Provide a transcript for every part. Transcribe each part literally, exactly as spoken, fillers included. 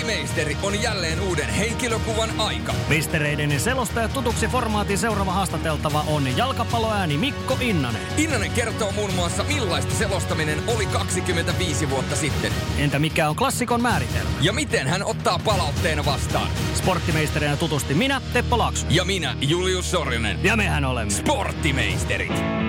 Sporttimeisteri on jälleen uuden henkilökuvan aika. Meistereiden selostajat tutuksi formaatin seuraava haastateltava on jalkapalloääni Mikko Innanen. Innanen kertoo muun muassa millaista selostaminen oli kaksikymmentäviisi vuotta sitten. Entä mikä on klassikon määritelmä? Ja miten hän ottaa palautteena vastaan. Sporttimeisterinä tutusti minä, Teppo Laakso. Ja minä, Julius Sorjonen. Ja mehän olemme Sporttimeisterit.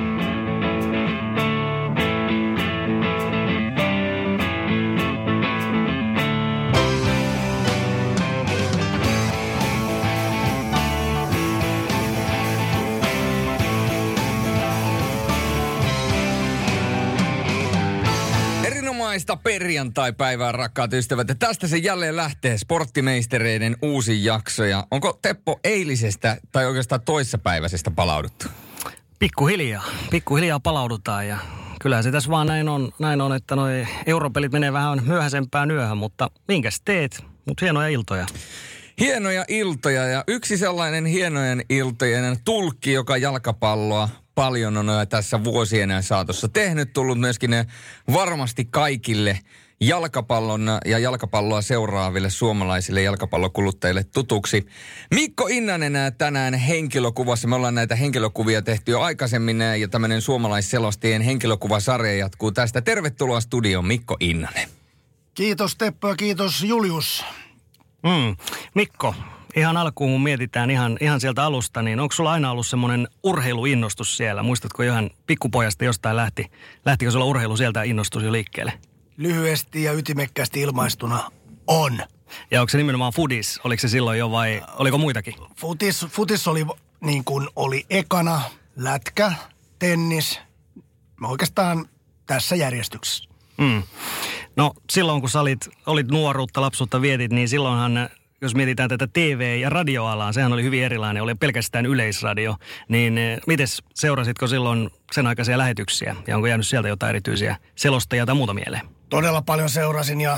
Erinomaista perjantai-päivää, rakkaat ystävät. Ja tästä se jälleen lähtee Sporttimeistereiden uusi jakso. Ja onko Teppo eilisestä tai oikeastaan toissapäiväisestä palauduttu? Pikkuhiljaa. Pikkuhiljaa palaudutaan ja kyllähän se tässä vaan näin on, näin on että noi europelit menee vähän myöhäisempään yöhön, mutta minkäs teet? Mutta hienoja iltoja. Hienoja iltoja ja yksi sellainen hienojen iltojen tulkki, joka jalkapalloa paljon on tässä vuosien saatossa tehnyt, tullut myöskin varmasti kaikille jalkapallon ja jalkapalloa seuraaville suomalaisille jalkapallokuluttajille tutuksi. Mikko Innanen tänään henkilökuvassa. Me ollaan näitä henkilökuvia tehty jo aikaisemmin ja tämmöinen suomalaisselostajien henkilökuvasarja jatkuu tästä. Tervetuloa studioon, Mikko Innanen. Kiitos Teppo ja kiitos Julius. Mm. Mikko, ihan alkuun kun mietitään ihan, ihan sieltä alusta, niin onko sulla aina ollut semmoinen urheiluinnostus siellä? Muistatko ihan pikkupojasta jostain lähti? Lähtikö sulla urheilu sieltä innostus jo liikkeelle? Lyhyesti ja ytimekkäästi ilmaistuna on. Ja onko se nimenomaan fudis? Oliko se silloin jo vai oliko muitakin? Futis, futis oli niin kuin oli ekana, lätkä, tennis, oikeastaan tässä järjestyksessä. Mm. No silloin kun sä olit, olit nuoruutta, lapsuutta vietit, niin silloinhan, jos mietitään tätä T V- ja radioalaa, sehän oli hyvin erilainen, oli pelkästään yleisradio. Niin mites seurasitko silloin sen aikaisia lähetyksiä ja onko jäänyt sieltä jotain erityisiä selostajia tai muuta mieleen? Todella paljon seurasin ja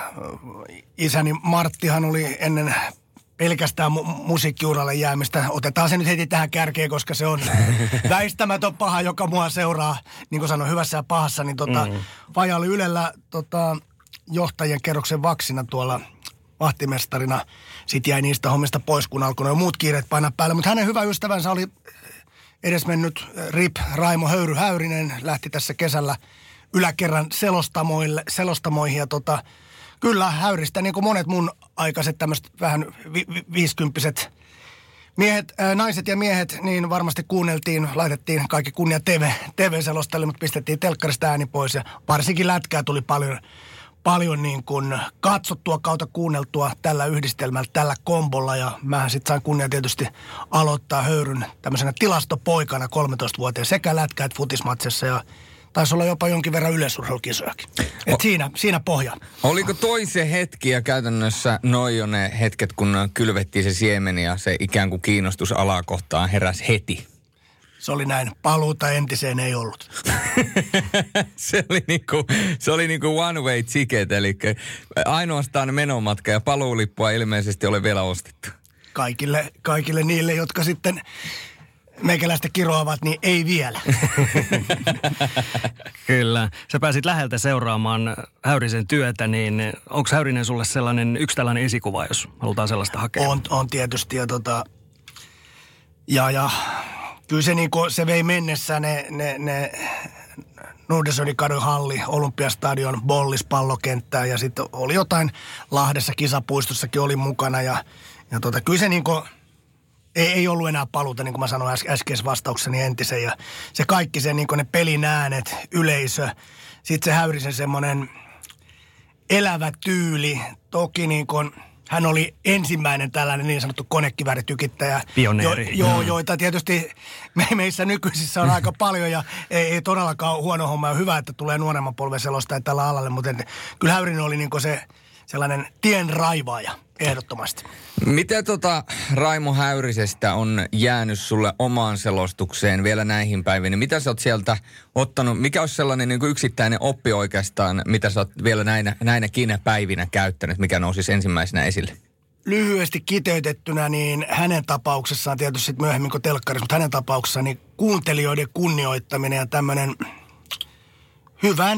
isäni Marttihan oli ennen pelkästään mu- musiikkiuralle jäämistä. Otetaan se nyt heti tähän kärkeen, koska se on väistämätön paha, joka mua seuraa, niin kuin sanoin, hyvässä ja pahassa. Niin tota, mm. Vaija oli Ylellä tota, johtajien kerroksen vaksina tuolla vahtimestarina. Sitten jäi niistä hommista pois, kun alkoi jo muut kiireet painaa päälle. Mutta hänen hyvä ystävänsä oli edesmennyt R I P Raimo Höyry Häyrinen. Lähti tässä kesällä yläkerran selostamoille, selostamoihin ja tota, kyllä Häyristä, niin kuin monet mun aikaiset tämmöiset vähän vi- vi- viisikymppiset miehet, ää, naiset ja miehet, niin varmasti kuunneltiin, laitettiin kaikki kunnia T V, T V-selostajille, mutta pistettiin telkkarista ääni pois ja varsinkin lätkää tuli paljon, paljon niin kuin katsottua kautta kuunneltua tällä yhdistelmällä, tällä kombolla ja mä sitten sain kunnia tietysti aloittaa Höyryn tämmöisenä tilastopoikana kolmetoistavuotiaana sekä lätkä- että futismatsessa ja taisi olla jopa jonkin verran yleisurheilukisojakin. Et o- siinä, siinä pohja. Oliko toisen hetki ja käytännössä noin jo ne hetket, kun kylvettiin se siemeni ja se ikään kuin kiinnostus alaa kohtaan heräsi heti? Se oli näin. Paluuta entiseen ei ollut. se oli niinku, se oli niinku one way ticket, eli ainoastaan menomatka ja paluulippua ilmeisesti ole vielä ostettu. Kaikille, kaikille niille, jotka sitten meikäläistä kiroavat, niin ei vielä. Kyllä. Sä pääsit läheltä seuraamaan Häyrisen työtä, niin onko Häyrinen sulle sellainen yksi tällainen esikuva, jos halutaan sellaista hakea? On, on tietysti. Ja, tota, ja, ja kyllä se, niin kuin, se vei mennessä ne, ne, ne Nordersödikadun halli, Olympiastadion, Bollis, pallokenttää ja sitten oli jotain Lahdessa kisapuistossakin oli mukana. Ja, ja tota, kyllä se niin kuin Ei, ei ollut enää paluuta, niin kuin mä sanoin äs- äskeisessä vastaukseni entisen. Ja se kaikki se, niin kuin ne pelin äänet, yleisö, sitten se Häyrisen semmoinen elävä tyyli. Toki niin kuin hän oli ensimmäinen tällainen niin sanottu konekivääritykittäjä. Pioneeri. Jo, jo, joita tietysti me, meissä nykyisissä on aika paljon ja ei, ei todellakaan huono homma. Ja hyvä, että tulee nuoremman polven selostaja tällä alalle, mutta kyllä Häyrinen oli niin kuin se sellainen tien raivaaja. Ehdottomasti. Mitä tota Raimo Häyrisestä on jäänyt sulle omaan selostukseen vielä näihin päiviin? Mitä sä oot sieltä ottanut? Mikä olisi sellainen niin kuin yksittäinen oppi oikeastaan, mitä sä oot vielä näinä, näinäkin päivinä käyttänyt, mikä nousisi ensimmäisenä esille? Lyhyesti kiteytettynä, niin hänen tapauksessaan, tietysti sit myöhemmin kuin telkkarissa, mutta hänen tapauksessaan niin kuuntelijoiden kunnioittaminen ja tämmöinen hyvän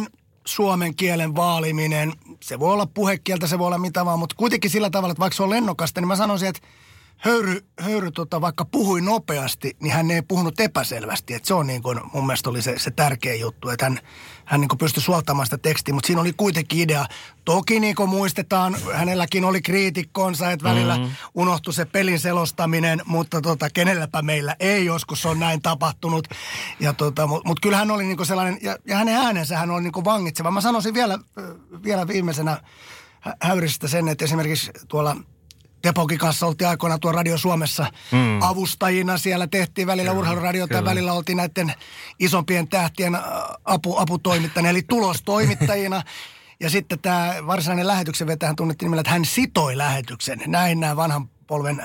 suomen kielen vaaliminen, se voi olla puhekieltä, se voi olla mitä vaan, mutta kuitenkin sillä tavalla, että vaikka se on lennokasta, niin mä sanoisin, että Höyry, höyry tota, vaikka puhui nopeasti, niin hän ei puhunut epäselvästi. Että se on niin kuin, mun mielestä oli se, se tärkeä juttu, että hän, hän niin kuin pystyi suoltamaan sitä tekstiä, mutta siinä oli kuitenkin idea. Toki niin kuin muistetaan, hänelläkin oli kriitikkonsa, että välillä mm-hmm. unohtui se pelin selostaminen, mutta tota, kenelläpä meillä ei joskus on näin tapahtunut. Ja tota, mutta mut kyllä hän oli niin kuin sellainen, ja, ja hänen äänensä hän oli niin kuin vangitseva. Mä sanoisin vielä, vielä viimeisenä Häyristä sen, että esimerkiksi tuolla Teponkin kanssa oltiin aikoinaan tuo Radio Suomessa mm. avustajina. Siellä tehtiin välillä kyllä, urheiluradiota kyllä. ja välillä oltiin näiden isompien tähtien apu, aputoimittajina, eli tulostoimittajina. Ja sitten tämä varsinainen lähetyksen vetäjä tunnettiin nimellä, että hän sitoi lähetyksen. Näin nämä vanhan polven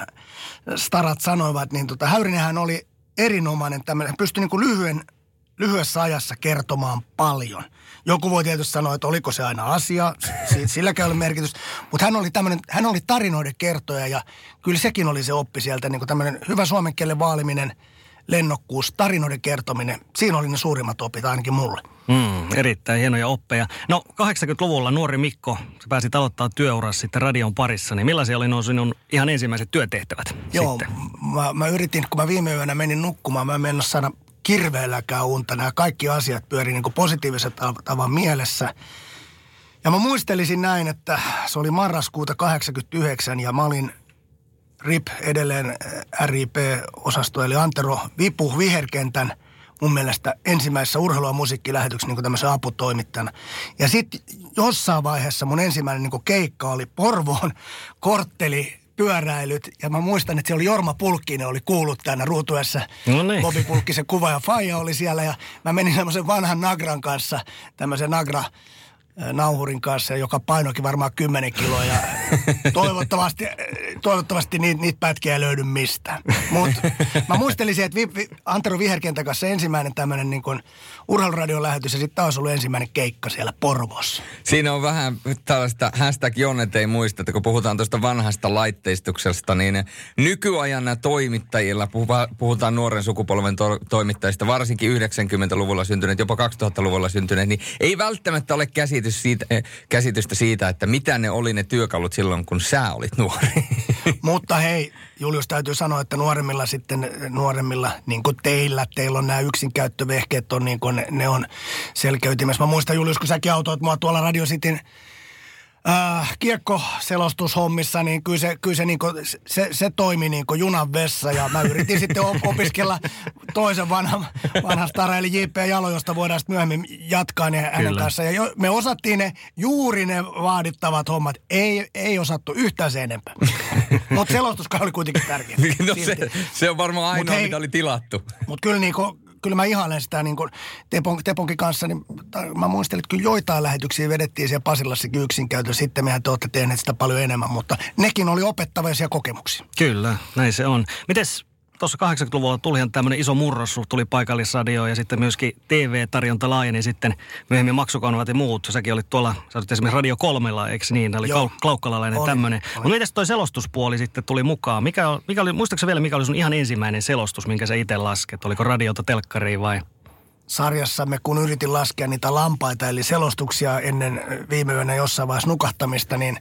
starat sanoivat, niin tota, Häyrinenhän oli erinomainen tämmöinen. Hän pystyi niin kuin lyhyen, lyhyessä ajassa kertomaan paljon. Joku voi tietysti sanoa, että oliko se aina asia, silläkään ei ole merkitystä. Mutta hän oli tämmöinen, hän oli tarinoiden kertoja ja kyllä sekin oli se oppi sieltä. Niin kuin tämmöinen hyvä suomen kielen vaaliminen, lennokkuus, tarinoiden kertominen. Siinä oli ne suurimmat opit ainakin mulle. Mm, erittäin hienoja oppeja. No kahdeksankymmentäluvulla nuori Mikko, sä pääsit aloittaa työurassa sitten radion parissa. Niin millaisia oli nuo sinun ihan ensimmäiset työtehtävät? Joo, sitten? Mä, mä yritin, kun mä viime yönä menin nukkumaan, mä en mennä saada kirveelläkään unta. Nämä kaikki asiat pyörii niin kuin positiivisella tavan mielessä. Ja mä muistelisin näin, että se oli marraskuuta kahdeksankymmentäyhdeksän ja mä olin R I P edelleen R I P-osasto, eli Antero Vipu Viherkentän mun mielestä ensimmäisessä urheilu- ja musiikkilähetyksessä niin kuin tämmöisen aputoimittajana. Ja sitten jossain vaiheessa mun ensimmäinen niin kuin keikka oli Porvoon kortteli pyöräilyt. Ja mä muistan, että siellä oli Jorma Pulkkinen, oli kuullut tänä ruutuessa. No niin. Bobi Pulkkisen kuva ja faija oli siellä. Ja mä menin semmoisen vanhan Nagran kanssa, tämmöisen Nagra nauhurin kanssa, joka painoikin varmaan kymmenen kiloa. Ja toivottavasti, toivottavasti niitä, niitä pätkiä ei löydy mistään. Mutta mä muistelisin, että vi, vi, Antero Viherkentän kanssa ensimmäinen tämmöinen niin kuin urheiluradion lähetys ja sitten taas ollut ensimmäinen keikka siellä Porvoossa. Siinä on vähän tällaista hashtag Jonnet ei muista, että kun puhutaan tuosta vanhasta laitteistuksesta, niin nykyajan toimittajilla, puhutaan nuoren sukupolven to, toimittajista, varsinkin yhdeksänkymmentäluvulla syntyneet, jopa kaksituhattaluvulla syntyneet, niin ei välttämättä ole käsitys siitä, käsitystä siitä, että mitä ne oli ne työkalut silloin, kun sä olit nuori. Mutta hei, Julius, täytyy sanoa, että nuoremmilla sitten, nuoremmilla, niin kuin teillä, teillä on nämä yksinkäyttövehkeet, on niin kuin ne, ne on selkeytimessä. Mä muistan, Julius, kun säkin autoit mua tuolla Radio Cityn Äh, kiekkoselostushommissa, niin kyllä se, kyllä se, niin kuin, se, se toimi niin kuin junan vessa. Ja mä yritin sitten opiskella toisen vanhan, vanhan stara, eli J P Jalo, josta voidaan sitten myöhemmin jatkaa ne hänen kanssaan. Ja jo, me osattiin ne juuri ne vaadittavat hommat. Ei, ei osattu yhtään se enempää. Mutta selostuskaan oli kuitenkin tärkeä. No se, se on varmaan ainoa, hei, mitä oli tilattu. Mutta kyllä niin kuin Kyllä mä ihailen sitä niin kuin Tepon, Teponkin kanssa, niin mä muistelin, että kyllä joitain lähetyksiä vedettiin siellä Pasilassakin yksinkäytöllä. Sitten mehän te olette tehneet sitä paljon enemmän, mutta nekin oli opettavaisia kokemuksia. Kyllä, näin se on. Mites tuossa kahdeksankymmentäluvulla tulihan tämmöinen iso murros, tuli paikallisradio ja sitten myöskin T V-tarjonta laajeni sitten myöhemmin maksukanvat ja muut. Säkin olit tuolla, sä olit esimerkiksi Radio kolmella, eikö niin? Oli Joo, klaukkalalainen tämmöinen. Mutta mites toi selostuspuoli sitten tuli mukaan? Mikä, mikä oli, muistatko vielä, mikä oli sun ihan ensimmäinen selostus, minkä sä itse lasket? Oliko radiota telkkariin vai? Sarjassamme, kun yritin laskea niitä lampaita, eli selostuksia ennen viime yönä jossain vaiheessa nukahtamista, niin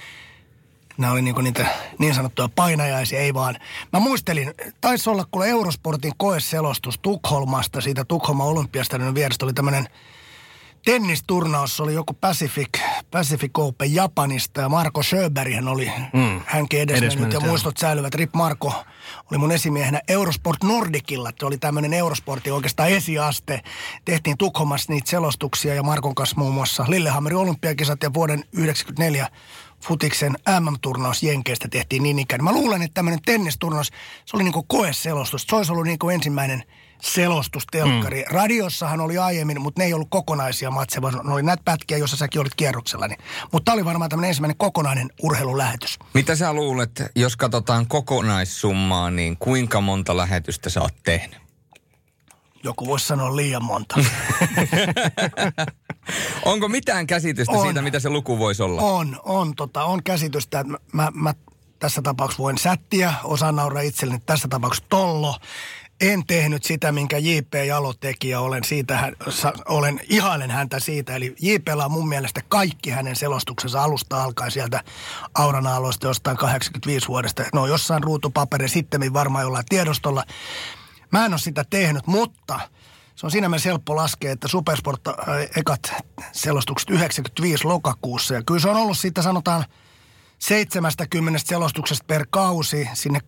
nämä oli niinku niitä niin sanottuja painajaisia, ei vaan. Mä muistelin, taisi olla kuule Eurosportin koeselostus Tukholmasta, siitä Tukholman olympiastadionin vierestä oli tämmöinen tennisturnaus, se oli joku Pacific, Pacific Open Japanista ja Marko Sjöberghän oli mm. hänkin edesmennyt ja muistot säilyvät. Rip Marko oli mun esimiehenä Eurosport Nordicilla, se oli tämmöinen Eurosportin oikeastaan esiaste. Tehtiin Tukholmassa niitä selostuksia ja Markon kanssa muun muassa Lillehammerin olympiakisat ja vuoden yhdeksänkymmentäneljä futiksen M M-turnaus Jenkeistä tehtiin niin ikään. Mä luulen, että tämmöinen tennisturnaus, se oli niinku koeselostus. Se olisi ollut niinku ensimmäinen selostustelkkari. Mm. Radiossahan oli aiemmin, mutta ne ei ollut kokonaisia matseja, vaan ne oli näitä pätkiä, joissa säkin olit kierroksella. Niin. Mutta tämä oli varmaan tämmöinen ensimmäinen kokonainen urheilulähetys. Mitä sä luulet, jos katsotaan kokonaissummaa, niin kuinka monta lähetystä sä oot tehnyt? Joku voisi sanoa liian monta. Onko mitään käsitystä on, siitä, mitä se luku voisi olla? On, on, tota, on käsitystä. Mä, mä tässä tapauksessa voin sättiä, osaan nauraa itselleni, tässä tapauksessa tollo. en tehnyt sitä, minkä J P Jalo teki ja olen, siitä, hän, sa, olen ihailen häntä siitä. Eli J P:llä on mun mielestä kaikki hänen selostuksensa alusta alkaen sieltä Auran-aloista jostain kahdeksankymmentäviisi vuodesta. No jossain ruutupaperi sitten varmaan jollain tiedostolla. Mä en ole sitä tehnyt, mutta se on siinä mielessä helppo laskea, että Supersport äh, ekat selostukset yhdeksänkymmentäviisi lokakuussa. Ja kyllä se on ollut siitä sanotaan seitsemänkymmentä selostuksesta per kausi sinne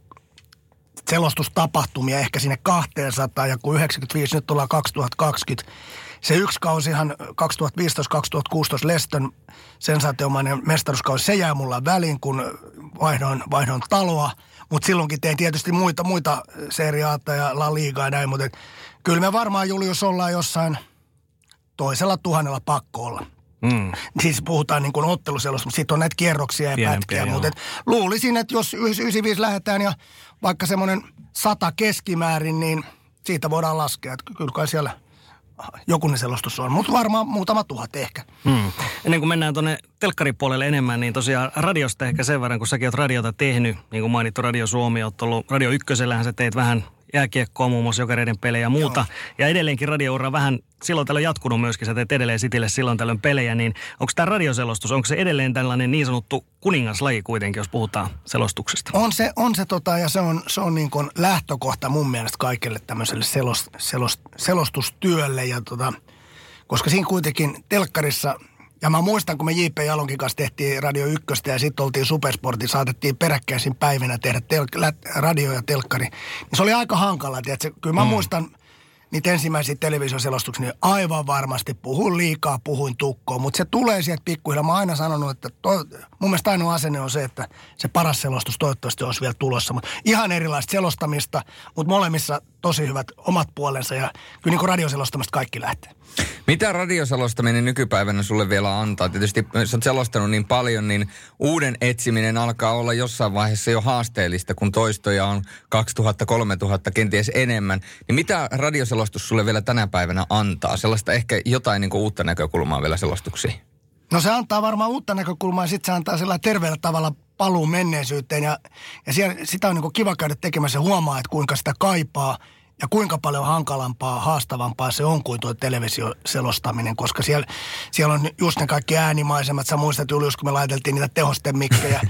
selostustapahtumia ehkä sinne kaksisataa ja kun yhdeksänkymmentäviisi nyt tullaan kaksituhattakaksikymmentä. Se yksi kausihan kaksituhattaviisitoista kaksituhattakuusitoista Leston sensaatiomainen mestaruuskausi, se jää mulla väliin, kun vaihdoin, vaihdoin taloa. Mutta silloinkin tein tietysti muita, muita seriaata ja La Ligaa ja näin, mutta kyllä me varmaan Julius ollaan jossain toisella tuhannella pakko olla. Mm. Siis puhutaan niin kuin otteluselosta, mutta sitten on näitä kierroksia ja Pienempiä, pätkiä. Mutta luulisin, että jos yhdeksänkymmentäviisi lähdetään ja vaikka semmoinen sata keskimäärin, niin siitä voidaan laskea. Että kyllä kai siellä jokunen selostus on, mutta varmaan muutama tuhat ehkä. Mm. Ennen kuin mennään tuonne telkkaripuolelle enemmän, niin tosiaan radiosta ehkä sen verran, kun säkin oot radiota tehnyt, niin kuin mainittu Radio Suomi, oot ollut Radio Ykkösellähän sä teit vähän jääkiekkoa, muun muassa Jokereiden pelejä ja muuta. Joo. Ja edelleenkin radioura vähän silloin tällöin jatkunut myöskin, sä teet edelleen Citylle silloin tällöin pelejä, niin onko tämä radioselostus, onko se edelleen tällainen niin sanottu kuningaslaji kuitenkin, jos puhutaan selostuksesta? On se, on se tota, ja se on, se on niin kuin lähtökohta mun mielestä kaikille tämmöiselle selost, selost, selostustyölle, ja tota, koska siinä kuitenkin telkkarissa, ja mä muistan, kun me J P Jalonkin kanssa tehtiin Radio Ykköstä ja sitten oltiin Supersportin, saatettiin peräkkäisin päivinä tehdä tel- radio ja telkkari. Niin se oli aika hankalaa, tiedätkö? Kyllä mä mm. muistan niitä ensimmäisiä televisioselostuksia, niin aivan varmasti puhuin liikaa, puhuin tukkoon. Mutta se tulee sieltä pikkuhiljaa. Mä oon aina sanonut, että toi, mun mielestä ainoa asenne on se, että se paras selostus toivottavasti olisi vielä tulossa. Mut ihan erilaista selostamista, mutta molemmissa tosi hyvät omat puolensa ja kyllä niin kuin radioselostamasta kaikki lähtee. Mitä radioselostaminen nykypäivänä sulle vielä antaa? Tietysti sä oot selostanut niin paljon, niin uuden etsiminen alkaa olla jossain vaiheessa jo haasteellista, kun toistoja on kaksituhatta kolmetuhatta kenties enemmän. Niin mitä radioselostus sulle vielä tänä päivänä antaa? Sellaista ehkä jotain niin kuin uutta näkökulmaa vielä selostuksiin. No se antaa varmaan uutta näkökulmaa ja sitten se antaa sellainen terveellä tavalla paluu menneisyyteen. Ja, ja siellä, sitä on niin kuin kiva käydä tekemässä ja huomaa, että kuinka sitä kaipaa. Ja kuinka paljon hankalampaa, haastavampaa se on kuin tuo televisioselostaminen, koska siellä, siellä on just ne kaikki äänimaisemat. Sä muistat, Julius, kun me laiteltiin niitä tehostemikkejä.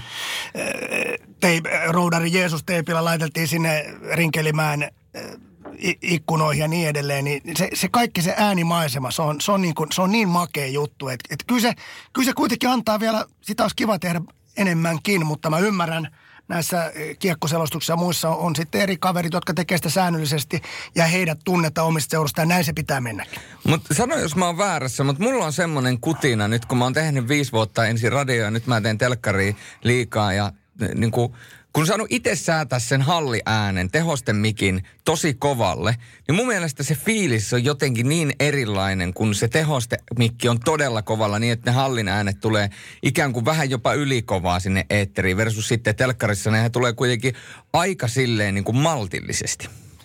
Teip, roudari Jeesus-teipillä laiteltiin sinne Rinkelimään ikkunoihin ja niin edelleen. Niin se, se kaikki se äänimaisema, se on, se on, niin, kuin, se on niin makea juttu. Että et kyllä, se, kyllä se kuitenkin antaa vielä, sitä olisi kiva tehdä enemmänkin, mutta mä ymmärrän, näissä kiekkoselostuksissa ja muissa on, on sitten eri kaverit, jotka tekee sitä säännöllisesti ja heidät tunnetaan omista seuroista ja näin se pitää mennäkin. Mutta sano, jos mä oon väärässä, mutta mulla on semmoinen kutina nyt, kun mä oon tehnyt viisi vuotta ensin radioa ja nyt mä teen telkkaria liikaa ja niin kuin, kun saanut itse säätää sen halliäänen, tehosten mikin tosi kovalle, niin mun mielestä se fiilis on jotenkin niin erilainen, kun se tehostemikki on todella kovalla niin, että ne hallin äänet tulee ikään kuin vähän jopa ylikovaa sinne eetteriin versus sitten telkkarissa nehän tulee kuitenkin aika silleen niin kuin maltillisesti.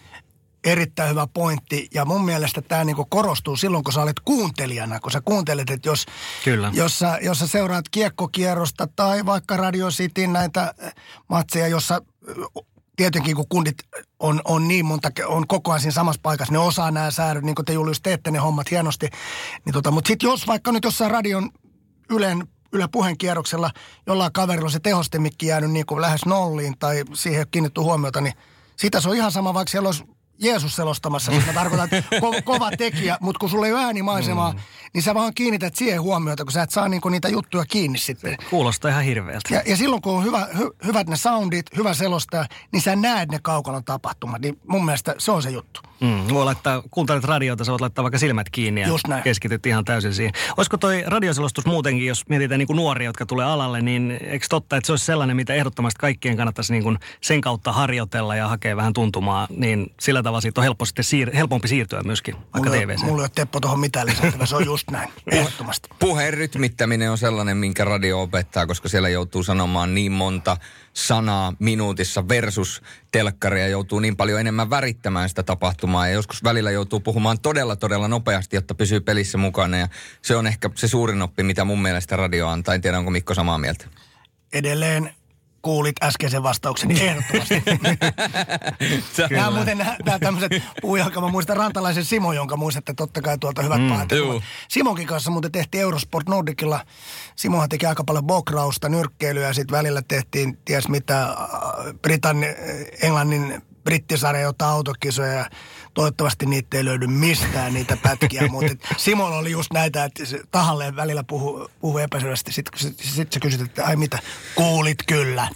Erittäin hyvä pointti ja mun mielestä tämä niinku korostuu silloin, kun sä olet kuuntelijana, kun sä kuuntelet, että jos, jos, sä, jos sä seuraat kiekkokierrosta tai vaikka Radio Cityn näitä matseja, jossa tietenkin kun kundit on, on niin monta, on koko ajan siinä samassa paikassa, ne osaa nämä säädöt, niin kuin te Julius teette ne hommat hienosti, niin tota, mutta sitten jos vaikka nyt jossain radion Ylen Yle Puheen kierroksella jollain kaverilla on se tehostemikki jäänyt niin kuin lähes nolliin tai siihen ei ole kiinnitty huomiota, niin sitä se on ihan sama, vaikka siellä olisi Jeesus selostamassa, siis mä tarkoitan, että ko- kova tekijä, mutta kun sulla ei ole äänimaisemaa, mm. niin sä vaan kiinnität siihen huomiota, kun sä et saa niinku niitä juttuja kiinni sitten. Kuulostaa ihan hirveältä. Ja, ja silloin kun on hyvä, hy, hyvät ne soundit, hyvä selostaja, niin sä näet ne kaukalon tapahtumat, niin mun mielestä se on se juttu. Mm, voi laittaa, kuuntelet radiota, sä voit laittaa vaikka silmät kiinni ja keskityt ihan täysin siihen. Olisiko toi radioselostus muutenkin, jos mietitään niin kuin nuoria, jotka tulee alalle, niin eikö totta, että se olisi sellainen, mitä ehdottomasti kaikkien kannattaisi niin kuin sen kautta harjoitella ja hakea vähän tuntumaa, niin sillä tavalla siitä on helposti siir- helpompi siirtyä myöskin vaikka mulla, T V-seen. Mulla ei ole Teppo tuohon mitään lisättävä, se on just näin, ehdottomasti. Puheen rytmittäminen on sellainen, minkä radio opettaa, koska siellä joutuu sanomaan niin monta sanaa minuutissa versus telkkaria, joutuu niin paljon enemmän värittämään sitä tapahtumaa ja joskus välillä joutuu puhumaan todella, todella nopeasti, jotta pysyy pelissä mukana ja se on ehkä se suurin oppi, mitä mun mielestä radio antaa. En tiedä, onko Mikko samaa mieltä? Edelleen kuulit äskeisen vastaukseni ehdottomasti. Nämä muuten nämä tämmöiset puujalka. Mä muistan Rantalaisen Simo, jonka muistatte totta kai tuolta hyvät mm, pahat. Simonkin kanssa muuten tehtiin Eurosport Nordicilla. Simohan teki aika paljon bokrausta, nyrkkeilyä ja sitten välillä tehtiin ties mitä Britannia, Englannin brittisarja, jota autokisoja ja toivottavasti niitä ei löydy mistään niitä pätkiä, mutta Simolla oli just näitä, että se tahalleen välillä puhuu, puhuu epäselvästi. Sitten sit, sit sä kysyt, että ai mitä, kuulit kyllä.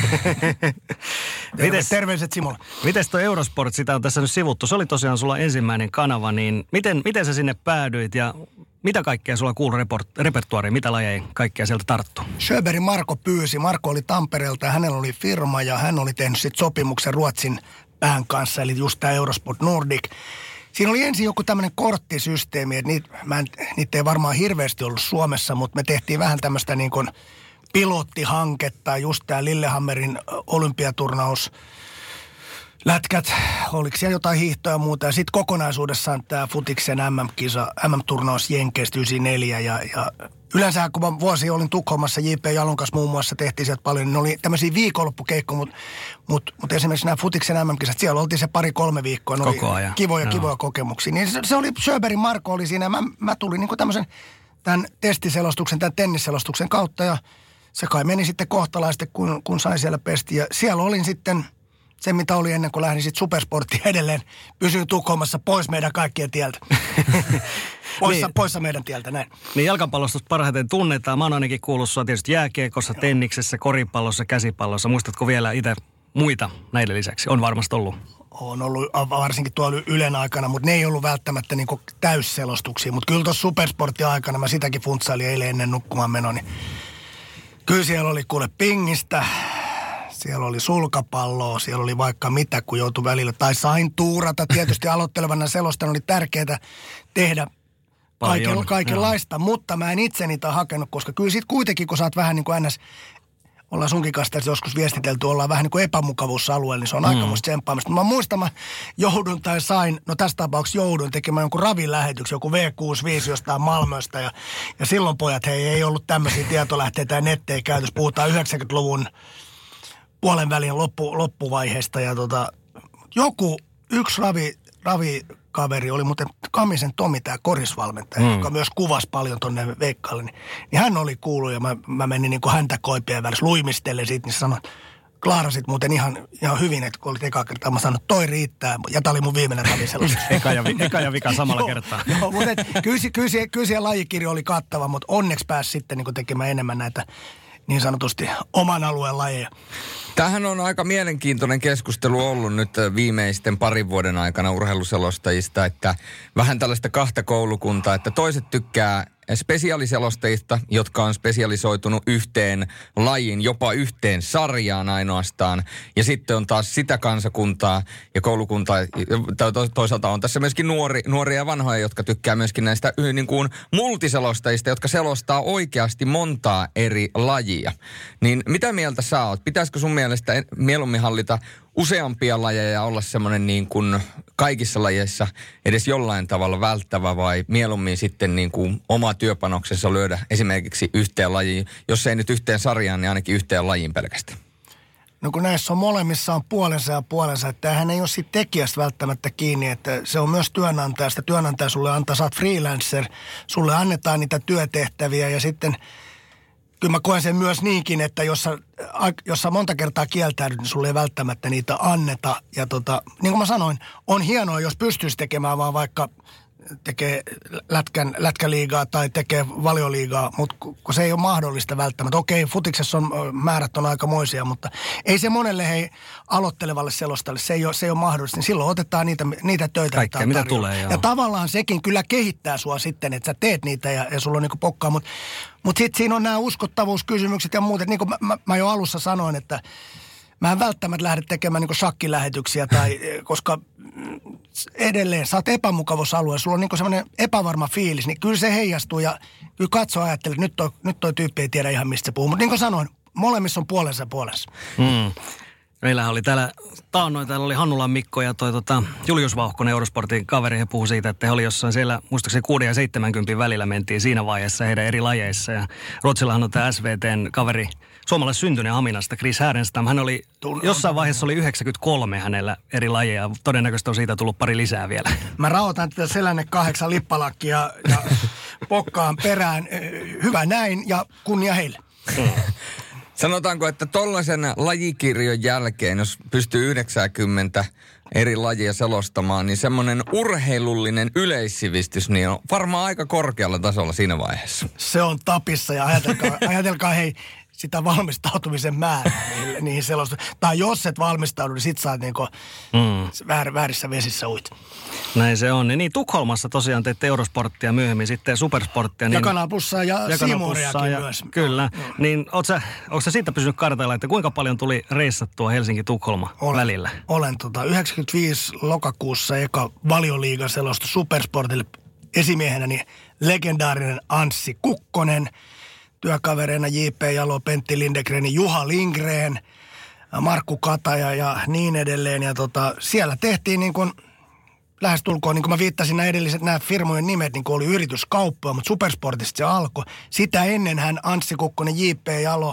Mites, terveiset Simolla. Mites tuo Eurosport, sitä on tässä nyt sivuttu. Se oli tosiaan sulla ensimmäinen kanava, niin miten, miten sä sinne päädyit ja mitä kaikkea sulla kuului repertuaariin, mitä lajeja kaikkea sieltä tarttu? Sjöbergin Marko pyysi. Marko oli Tampereelta ja hänellä oli firma ja hän oli tehnyt sitten sopimuksen Ruotsin pään kanssa, eli just tämä Eurosport Nordic. Siinä oli ensin joku tämmöinen korttisysteemi, että niitä, mä en, niitä ei varmaan hirveästi ollut Suomessa, mutta me tehtiin vähän tämmöistä niin kuin pilottihanketta, just tämä Lillehammerin olympiaturnaus, lätkät, oliko siellä jotain hiihtoa ja muuta. Ja sitten kokonaisuudessaan tämä Futiksen M M-kisa, M M-turnaus Jenkeistä yhdeksänkymmentäneljä. Ja, ja yleensä kun mä vuosi olin Tukholmassa, J P Jalon kanssa muun muassa tehtiin sieltä paljon, niin ne oli tämmöisiä viikonloppukeikkoja, mutta mut, mut esimerkiksi nämä Futiksen M M-kisat, siellä oltiin se pari-kolme viikkoa. Ne koko ajan. Kivoja, no. kivoja kokemuksia. Niin se, se oli, Sjöbergin Marko oli siinä, mä, mä tulin niin kuin tämmöisen tämän testiselostuksen, tämän tennisselostuksen kautta, ja se kai meni sitten kohtalaisesti, kun, kun sain siellä pestiä. Ja siellä olin sitten se, mitä oli ennen kuin lähdin sitten Supersporttiin edelleen, pysyy Tukholmassa pois meidän kaikkien tieltä. Poissa, niin. Poissa meidän tieltä, näin. Niin jalkapallosta parhaiten tunnetaan. Mä oon ainakin kuullut sua tietysti jääkiekossa, tenniksessä, koripallossa, käsipallossa. Muistatko vielä itse muita näiden lisäksi? On varmasti ollut. On ollut varsinkin tuolla Ylen aikana, mutta ne ei ollut välttämättä niinku täysselostuksia. Mutta kyllä tuossa Supersportin aikana, mä sitäkin funtsailin eilen ennen nukkumaan meno, niin kyllä siellä oli kuule pingistä. Siellä oli sulkapalloa, siellä oli vaikka mitä, kun joutui välillä. Tai sain tuurata. Tietysti aloittelevana selostan oli tärkeää tehdä kaiken, kaikenlaista, mutta mä en itse niitä hakenut, koska kyllä sit kuitenkin, kun sä oot vähän niin kuin ns, ollaan sunkin kanssa joskus viestitelty, ollaan vähän niin kuin epämukavuusalueella, niin se on mm. aikamoista tsemppaamista. Mä muistan, mä joudun tai sain, no tässä tapauksessa joudun tekemään jonkun ravilähetyksen, joku V kuusikymmentäviisi jostain Malmöstä, ja, ja silloin pojat, hei, ei ollut tämmöisiä tietolähteitä ja nettejä käytössä. Puhutaan yhdeksänkymmentäluvun puolen välin loppu, loppuvaiheesta, ja tota, joku, yksi ravi, ravikaveri oli muuten Kamisen Tomi, tämä korisvalmentaja, mm. joka myös kuvasi paljon tonne Veikkaalle, niin, niin hän oli kuullut, ja mä, mä menin niin kuin häntä koipien välissä luimistellen siitä, niin sanoin, klaarasit muuten ihan, ihan hyvin, että kun olit eka kertaa, mä sanoin, toi riittää, ja tää oli mun viimeinen raviselostus. eka, ja, eka ja vika samalla kertaa. Joo, mutta et, kyllä, kyllä, kyllä siellä lajikirjo oli kattava, mutta onneksi pääsi sitten niin kuin tekemään enemmän näitä niin sanotusti oman alueen lajeja. Tämähän on aika mielenkiintoinen keskustelu ollut nyt viimeisten parin vuoden aikana urheiluselostajista, että vähän tällaista kahta koulukuntaa, että toiset tykkää spesiaaliselostajista, jotka on spesialisoitunut yhteen lajiin, jopa yhteen sarjaan ainoastaan. Ja sitten on taas sitä kansakuntaa ja koulukuntaa, toisaalta on tässä myöskin nuori, nuoria ja vanhoja, jotka tykkää myöskin näistä niin kuin multiselostajista, jotka selostaa oikeasti montaa eri lajia. Niin mitä mieltä sä oot? Pitäisikö sun mielestä mieluummin hallita useampia lajeja ja olla semmoinen niin kuin kaikissa lajeissa edes jollain tavalla välttävä, vai mieluummin sitten niin kuin oma työpanoksensa lyödä esimerkiksi yhteen lajiin, jos ei nyt yhteen sarjaan, niin ainakin yhteen lajiin pelkästään? No kun näissä on molemmissa on puolensa ja puolensa, että tämähän ei ole siitä tekijästä välttämättä kiinni, että se on myös työnantajasta. Työnantaja sulle antaa, sä oot freelancer, sulle annetaan niitä työtehtäviä ja sitten kyllä mä koen sen myös niinkin, että jos sä, jos sä monta kertaa kieltäydyt, niin sulle ei välttämättä niitä anneta. Ja tota, niin kuin mä sanoin, on hienoa, jos pystyisi tekemään vaan vaikka tekee lätkän, lätkäliigaa tai tekee valioliigaa, mutta kun se ei ole mahdollista välttämättä. Okei, futiksessa on, määrät on aikamoisia, mutta ei se monelle hei aloittelevalle selostajalle, se ei ole, se ei ole mahdollista. Niin silloin otetaan niitä, niitä töitä, kaikkea, mitä tulee. Joo. Ja tavallaan sekin kyllä kehittää sua sitten, että sä teet niitä ja, ja sulla on niinku pokkaa, mutta mut sitten siinä on nämä uskottavuuskysymykset ja muut. Niin kuin mä, mä, mä jo alussa sanoin, että mä en välttämättä lähde tekemään niin kuin shakkilähetyksiä, tai, koska edelleen sä oot epämukavuusalueella, sulla on niin kuin semmoinen epävarma fiilis, niin kyllä se heijastuu ja kyllä katso ajattelee, että nyt toi, nyt toi tyyppi ei tiedä ihan mistä se puhuu. Mutta niin kuin sanoin, molemmissa on puolensa ja puolensa. Mm. Meillähän oli täällä taannoin, täällä oli Hannulan Mikko ja toi tota, Julius Vauhkonen, Eurosportin kaveri. He puhui siitä, että he oli jossain siellä, muistaakseni kuuden ja seitsemänkymmentä välillä mentiin siinä vaiheessa heidän eri lajeissa. Ja Ruotsillahan on tämä S V T:n kaveri, suomalais syntyinen Haminasta, Chris Härenstam. Hän oli, jossain vaiheessa oli yhdeksänkymmentäkolme hänellä eri lajeja. Todennäköisesti on siitä tullut pari lisää vielä. Mä raotan tätä Selänne kahdeksan lippalakkia ja pokkaan perään. Hyvä näin ja kunnia heille. Sanotaanko, että tollaisen lajikirjon jälkeen, jos pystyy yhdeksänkymmentä eri lajia selostamaan, niin semmoinen urheilullinen yleissivistys niin on varmaan aika korkealla tasolla siinä vaiheessa. Se on tapissa ja ajatelkaa, ajatelkaa hei, sitä valmistautumisen määrää niihin, niihin selostuksiin. Tai jos et valmistaudu, niin sit saat niinku mm. väär, väärissä vesissä uit. Näin se on. Niin Tukholmassa tosiaan teitte Eurosporttia myöhemmin, sitten Supersporttia. Niin ja Kanal Plusaa ja Simoriakin ja, myös. Kyllä. No. Niin ootko sä, ootko sä siitä pysynyt kartalla, että kuinka paljon tuli reissattua Helsinki-Tukholma olen, välillä? Olen tota, yhdeksänkymmentäviisi lokakuussa eka Valioliigan selostus Supersportille esimiehenä niin legendaarinen Anssi Kukkonen. Työkavereina J P Jalo, Pentti Lindegren, Juha Lindgren, Markku Kataja ja niin edelleen. Ja tota, siellä tehtiin niin kuin lähestulkoon, niin kuin mä viittasin nämä edelliset nämä firmojen nimet, niin kuin oli yrityskauppoja, mutta Supersportista se alkoi. Sitä ennenhän Anssi Kukkonen, J P Jalo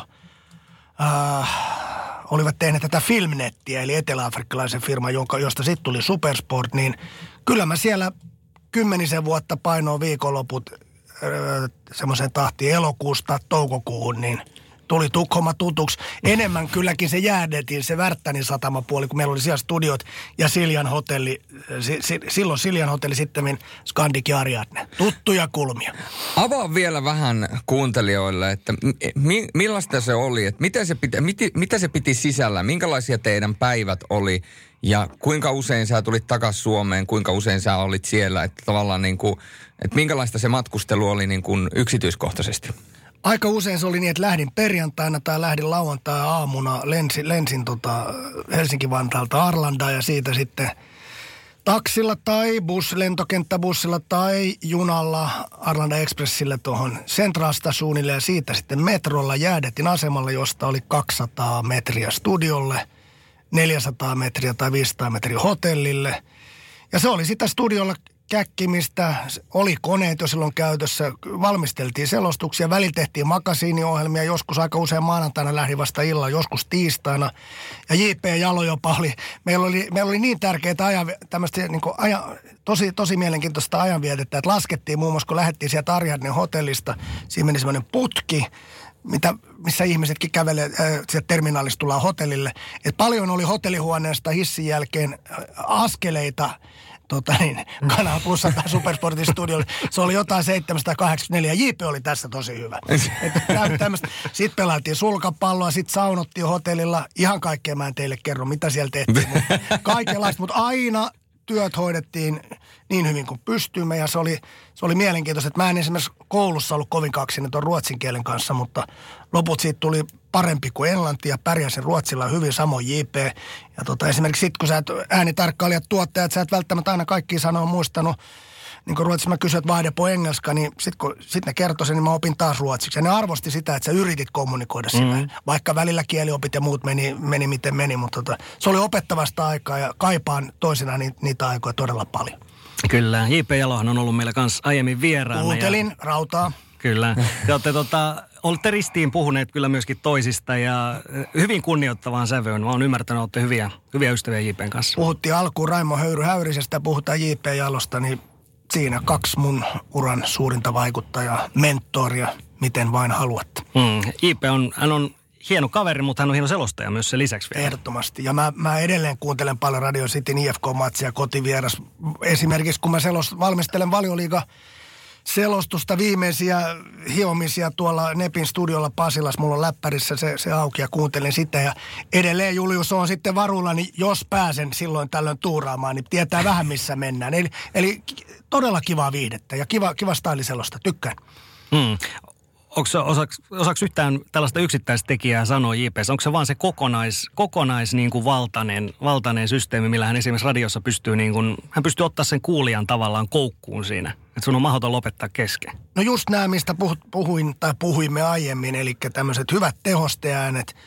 äh, olivat tehneet tätä Filmnettiä, eli eteläafrikkalaisen firman, jonka, josta sitten tuli Supersport. Niin kyllä mä siellä kymmenisen vuotta painoin viikonloput semmoisen tahtiin elokuusta toukokuuhun, niin tuli Tukholma tutuksi. Enemmän kylläkin se jäädeltiin, se Värttänin satamapuoli, kun meillä oli siellä studiot ja Siljan hotelli, si, si, silloin Siljan hotelli sitten Scandic ja Ariadne. Tuttuja kulmia. Avaa vielä vähän kuuntelijoille, että mi, millaista se oli, että mitä se, piti, mit, mitä se piti sisällä, minkälaisia teidän päivät oli ja kuinka usein sä tulit takaisin Suomeen, kuinka usein sä olit siellä, että tavallaan niin kuin, että minkälaista se matkustelu oli niin kuin yksityiskohtaisesti? Aika usein se oli niin, että lähdin perjantaina tai lähdin lauantai-aamuna, lensin, lensin tota Helsinki-Vantaalta Arlandaan ja siitä sitten taksilla tai bus, lentokenttäbussilla tai junalla Arlanda Expressille tuohon Central-stationille ja siitä sitten metrolla jäädettiin asemalle, josta oli kaksisataa metriä studiolle, neljäsataa metriä tai viisisataa metriä hotellille. Ja se oli sitä studiolla käkkimistä, oli koneet jo silloin käytössä, valmisteltiin selostuksia, välillä tehtiin makasiiniohjelmia, joskus aika usein maanantaina lähdin vasta illalla, joskus tiistaina. Ja J P Jalo jopa oli, meillä oli, meillä oli niin tärkeää ajan, tämmöistä niin kuin ajan, tosi, tosi mielenkiintoista ajanvietettä, että laskettiin muun muassa, kun lähdettiin sieltä Ariadnen hotellista, siinä meni semmoinen putki, mitä, missä ihmisetkin kävelee, äh, sieltä terminaalista tullaan hotellille. Et paljon oli hotellihuoneesta hissin jälkeen äh, askeleita, Tota niin, Kanal Plussa tai Supersportin studiolle. Se oli jotain seitsemänsataakahdeksankymmentäneljä. J P oli tässä tosi hyvä. Sitten pelaatiin sulkapalloa, sitten saunottiin hotellilla. Ihan kaikkea mä en teille kerro, mitä siellä tehtiin. Kaikenlaista, mutta aina työt hoidettiin niin hyvin kuin pystyimme. Ja se oli, se oli mielenkiintoista, että mä en esimerkiksi koulussa ollut kovin kaksinen tuon ruotsin kielen kanssa, mutta loput siitä tuli parempi kuin englanti ja pärjäsin ruotsilla hyvin, samoin J P. Ja tota, esimerkiksi sitten, kun sä et äänitarkkailijat, tuottajat, sä et välttämättä aina kaikkia sanoa muistanut. Niin kun ruotsissa mä kysyin, että vaihde på engelska, niin sitten kun sit ne kertoi sen, niin mä opin taas ruotsiksi. Ja ne arvosti sitä, että sä yritit kommunikoida sillä. Mm. Vaikka välillä kieliopit ja muut meni, meni miten meni, mutta tota, se oli opettavasta aikaa ja kaipaan toisinaan niitä, niitä aikoja todella paljon. Kyllä, J P Jalohan on ollut meillä kanssa aiemmin vieraana. Kuuntelin, ja... rautaa. Kyllä. Te olette, tota, olette ristiin puhuneet kyllä myöskin toisista ja hyvin kunnioittavaan sävyyn. Mä oon ymmärtänyt, että olette hyviä, hyviä ystäviä J P:n kanssa. Puhuttiin alkuun Raimo Höyry Häyrisestä, puhutaan J P Jalosta, niin siinä kaksi mun uran suurinta vaikuttajaa, mentoria, miten vain haluatte. Mm. J P on, hän on hieno kaveri, mutta hän on hieno selostaja myös se lisäksi vielä. Ehdottomasti. Ja mä, mä edelleen kuuntelen paljon Radio Cityn I F K-matsia kotivieras. Esimerkiksi kun mä selost, valmistelen Valioliiga selostusta, viimeisiä hiomisia tuolla Nepin studiolla Pasilas. Mulla on läppärissä se, se auki ja kuuntelen sitä. Ja edelleen Julius on sitten varulla, niin jos pääsen silloin tällöin tuuraamaan, niin tietää vähän missä mennään. Eli, eli todella kivaa viihdettä ja kiva, kiva styliselosta. Tykkään. Hmm. Onko osaks, osaks yhtään tällaista yksittäistekijää sanoa J P:ssä? Onko se vaan se kokonais, kokonais niin kuin valtainen, valtainen systeemi, millä hän esimerkiksi radiossa pystyy, niin kuin, hän pystyy ottaa sen kuulijan tavallaan koukkuun siinä? Että sun on mahdoton lopettaa kesken. No just nämä, mistä puhuin tai puhuimme aiemmin, eli tämmöiset hyvät tehosteäänet,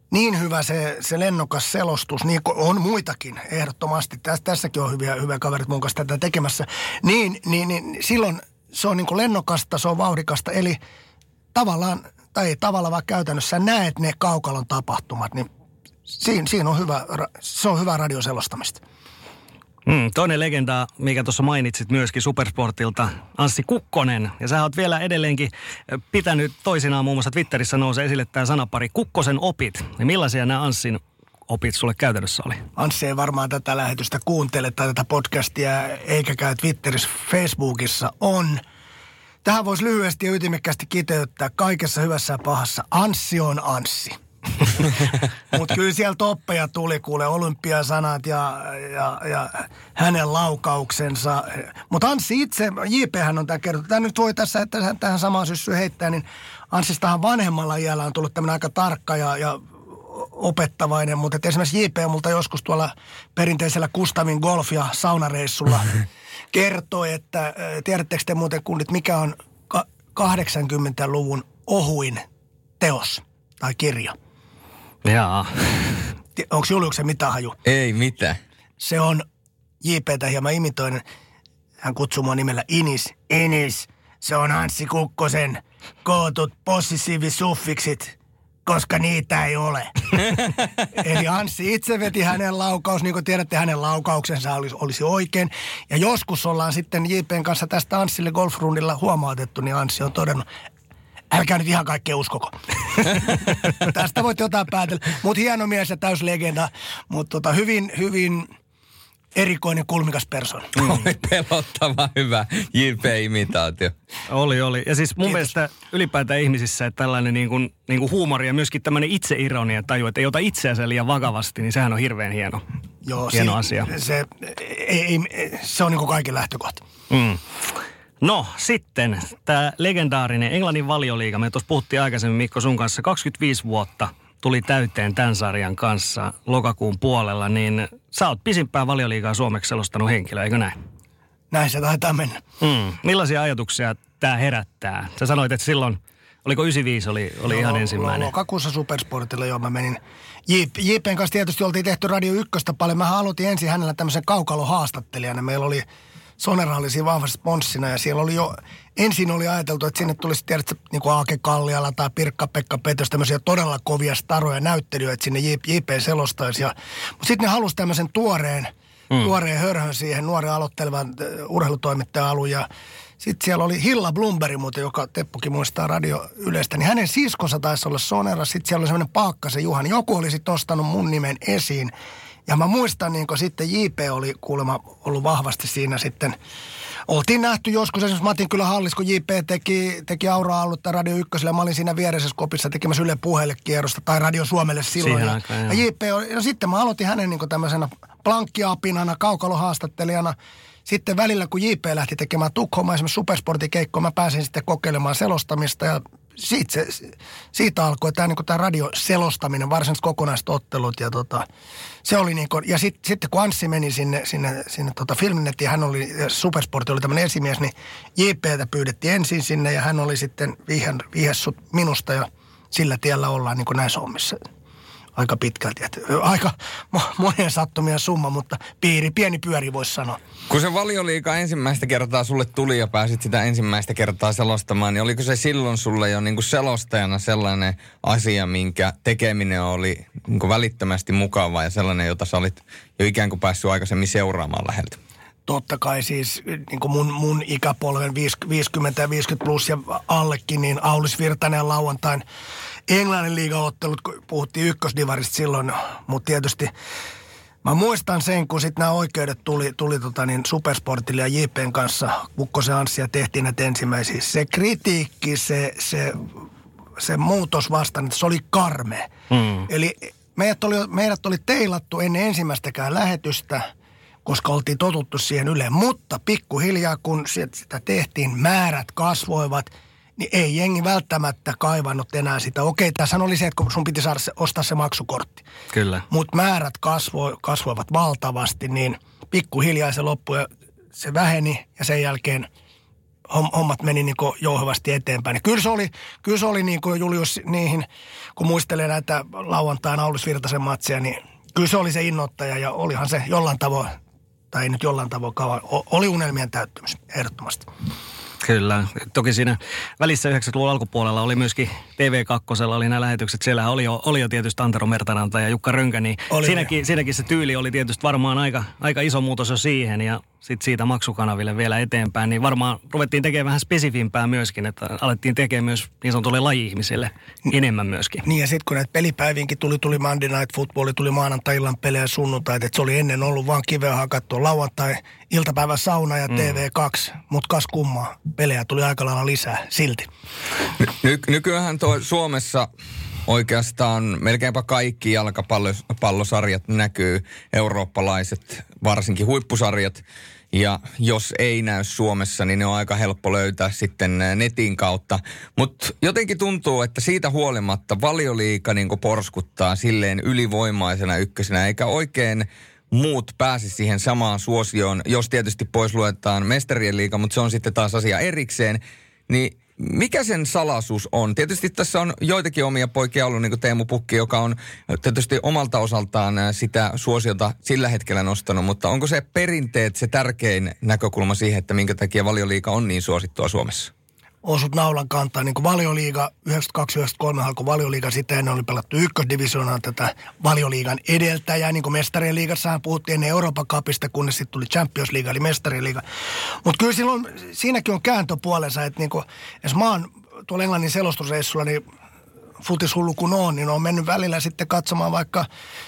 niin hyvä se, se lennokas selostus, niin on muitakin ehdottomasti. Täs, tässäkin on hyviä, hyviä kaverit mun kanssa tätä tekemässä. Niin, niin, niin silloin se on niin kuin lennokasta, se on vauhdikasta. Eli tavallaan, tai ei tavallaan vaan käytännössä näet ne kaukalon tapahtumat, niin siinä, siinä on hyvä, se on hyvä radioselostamista. Mm, toinen legenda, mikä tuossa mainitsit myöskin Supersportilta, Anssi Kukkonen. Ja sä oot vielä edelleenkin pitänyt toisinaan, muun muassa Twitterissä nousee esille tämä sanapari Kukkosen opit. Ja millaisia nämä Anssin opit sulle käytännössä oli? Anssi ei varmaan tätä lähetystä kuuntele tai tätä podcastia, eikä käy Twitterissä, Facebookissa on. Tähän voisi lyhyesti ja ytimekkäästi kiteyttää kaikessa hyvässä ja pahassa. Anssi on Anssi. Mutta kyllä sieltä oppeja tuli, kuule, olympiasanat ja, ja, ja hänen laukauksensa. Mutta Anssi itse, J P:hän on tämä kertonut. Tämä nyt voi tässä, että tähän samaan syssyyn heittää, niin Anssistahan vanhemmalla iällä on tullut tämmöinen aika tarkka ja, ja opettavainen. Mutta esimerkiksi J P multa joskus tuolla perinteisellä Kustavin golf- ja saunareissulla kertoi, että tiedättekö te muuten kunnit, mikä on kahdeksankymmentäluvun ohuin teos tai kirja? Jaa. Onko Juliuksen mitään haju? Ei mitään. Se on J P:tä hieman imitoinen. Hän kutsuu mua nimellä Inis. Inis, se on Anssi Kukkosen kootut possessiivisuffiksit, koska niitä ei ole. Eli Anssi itse veti hänen laukaus, niin kuin tiedätte, hänen laukauksensa olisi, olisi oikein. Ja joskus ollaan sitten J P:n kanssa tästä Anssille golfrundilla huomautettu, niin Anssi on todennut, älkää nyt ihan kaikkea uskoko. Tästä voit jotain päätellä. Mutta hieno mies ja täyslegenda, mutta tota, hyvin, hyvin erikoinen kulmikas persona. Oli pelottava hyvä J P-imitaatio. Oli, oli. Ja siis mun Kiitos. mielestä ylipäätään ihmisissä, että tällainen niin kuin, niin kuin huumori ja myöskin tämmöinen itseironia taju, että ei ota itseänsä liian vakavasti, niin sehän on hirveän hieno, Joo, hieno si- asia. Se, ei, ei, se on niin kuin kaiken lähtökohta. Mm. No sitten tämä legendaarinen Englannin Valioliiga. Me tuossa puhuttiin aikaisemmin Mikko sun kanssa. kaksikymmentäviisi vuotta tuli täyteen tämän sarjan kanssa lokakuun puolella. Niin sä oot pisimpään Valioliigaa suomeksi selostanut henkilö, eikö näin? Näin se taitaa mennä. Mm. Millaisia ajatuksia tämä herättää? Sä sanoit, että silloin, oliko yhdeksänkymmentäviisi oli, oli Joo, ihan ensimmäinen. Lokakuussa Supersportilla, joo, mä menin. J P:n kanssa tietysti oltiin tehty Radio Ykköstä paljon. Mä aloitin ensin hänellä tämmöisen kaukalohaastattelijana. Meillä oli Sonera oli siinä vahvasti sponssina ja siellä oli jo, ensin oli ajateltu, että sinne tulisi tiedätkö, niin kuin Aake Kalliala tai Pirkka-Pekka Petös, tämmöisiä todella kovia staroja näyttelijöitä sinne J P selostaisi. Ja, mutta sitten ne halusi tämmöisen tuoreen, mm. tuoreen hörhön siihen, nuoren aloittelevan urheilutoimittajan alun ja sitten siellä oli Hilla Blumberg muuten, joka Teppukin muistaa Radio Ylestä, niin hänen siskonsa taisi olla Sonera. Sitten siellä oli semmoinen Paakkasen Juhani. Joku oli sitten ostanut mun nimen esiin. Ja mä muistan, niin kun sitten J P oli kuulemma ollut vahvasti siinä sitten. Oltiin nähty joskus esimerkiksi Matin kyllä hallis, kun J P teki, teki Aura-aluetta Radio Ykköselle. Mä olin siinä vieressä kopissa tekemässä Yle Puheelle kierrosta tai Radio Suomelle silloin. Ja, aikaan, ja J P oli, no sitten mä aloitin hänen niin tämmöisenä plankkiapinana, kaukalohaastattelijana. Sitten välillä, kun J P lähti tekemään Tukholmaa esimerkiksi Supersportin keikkoa, mä pääsin sitten kokeilemaan selostamista ja siitä, se, siitä alkoi tämä, niin tämä radioselostaminen, varsinaiset kokonaiset ottelut ja tota, se oli niin kuin, ja sit, sitten kun Anssi meni sinne, sinne, sinne tota Filmnettiin, hän oli, Supersport oli tämmöinen esimies, niin J P:tä pyydettiin ensin sinne ja hän oli sitten vihessut minusta ja sillä tiellä ollaan niin kuin näissä hommissa. Aika pitkälti. Että aika monien sattumia summa, mutta piiri, pieni pyöri voisi sanoa. Kun se Valioliiga ensimmäistä kertaa sulle tuli ja pääsit sitä ensimmäistä kertaa selostamaan, niin oliko se silloin sulle jo niin kuin selostajana sellainen asia, minkä tekeminen oli niin kuin välittömästi mukavaa ja sellainen, jota sä olit jo ikään kuin päässyt aikaisemmin seuraamaan läheltä? Totta kai siis niin kuin mun, mun ikäpolven viisikymmentä ja viisikymmentä plus ja allekin, niin Aulis Virtanen ja lauantain Englannin liigaottelut, kun puhuttiin ykkösdivarista silloin, mutta tietysti mä muistan sen, kun sitten nämä oikeudet tuli, tuli tota niin Supersportille ja J P:n kanssa, Kukkosen Anssi ja tehtiin näitä ensimmäisiä. Se kritiikki, se, se, se muutos vastaan, se oli karmea. Mm. Eli meidät oli, meidät oli teilattu ennen ensimmäistäkään lähetystä, koska oltiin totuttu siihen Yleen. Mutta pikkuhiljaa, kun sitä tehtiin, määrät kasvoivat, niin ei jengi välttämättä kaivannut enää sitä. Okei, tässä oli se, että sun piti saada se, ostaa se maksukortti. Kyllä. Mutta määrät kasvo, kasvoivat valtavasti, niin pikkuhiljaa se loppui ja se väheni ja sen jälkeen hommat meni niin kuin jouhevasti eteenpäin. Ja kyllä se oli, kyllä se oli niin kuin Julius niihin, kun muistelee näitä lauantain Aulis Virtasen matsia, niin kyllä se oli se innoittaja ja olihan se jollain tavoin, tai ei nyt jollain tavoin kauan, oli unelmien täyttymys, ehdottomasti. Kyllä. Toki siinä välissä yhdeksänkymmentäluvun alkupuolella oli myöskin T V kaksi, oli nämä lähetykset. Siellähän oli jo, oli jo tietysti Antero Mertaranta ja Jukka Rönkä, niin siinäkin, siinäkin se tyyli oli tietysti varmaan aika, aika iso muutos jo siihen ja sitten siitä maksukanaville vielä eteenpäin, niin varmaan ruvettiin tekemään vähän spesifimpää myöskin, että alettiin tekemään myös niin sanotulle laji-ihmisille enemmän myöskin. Niin ja sitten kun näitä pelipäivinkin tuli, tuli Monday Night Football, tuli maanantai-illan pelejä sunnuntait, että se oli ennen ollut vaan kiveä hakattua lauantai, iltapäivä sauna ja T V kaksi, mm. mutta kas kummaa, pelejä tuli aika lailla lisää silti. Ny- nykyään tuo Suomessa oikeastaan melkeinpä kaikki jalkapallosarjat näkyy, eurooppalaiset, varsinkin huippusarjat. Ja jos ei näy Suomessa, niin ne on aika helppo löytää sitten netin kautta. Mutta jotenkin tuntuu, että siitä huolimatta Valioliiga niin porskuttaa silleen ylivoimaisena ykkösenä, eikä oikein muut pääsi siihen samaan suosioon, jos tietysti pois luetaan Mestarien liiga, mutta se on sitten taas asia erikseen. Niin mikä sen salaisuus on? Tietysti tässä on joitakin omia poikia ollut, niin kuin Teemu Pukki, joka on tietysti omalta osaltaan sitä suosiota sillä hetkellä nostanut, mutta onko se perinteet se tärkein näkökulma siihen, että minkä takia Valioliiga on niin suosittua Suomessa? Osut naulan kantaa, niin kuin Valioliiga yhdeksänkymmentäkaksi yhdeksänkymmentäkolme alkoi Valioliiga, sitä ennen oli pelattu ykkösdivisioonaan tätä Valioliigan edeltäjää, niin kuin Mestarien liigassahan puhuttiin ennen Euroopan Cupista, kunnes sitten tuli Champions League, eli Mestarien liiga. Mutta kyllä silloin, siinäkin on kääntöpuolensa, että niin kuin, jos mä oon tuolla Englannin selostusreissulla, niin futishullu kun on, niin on mennyt välillä sitten katsomaan vaikka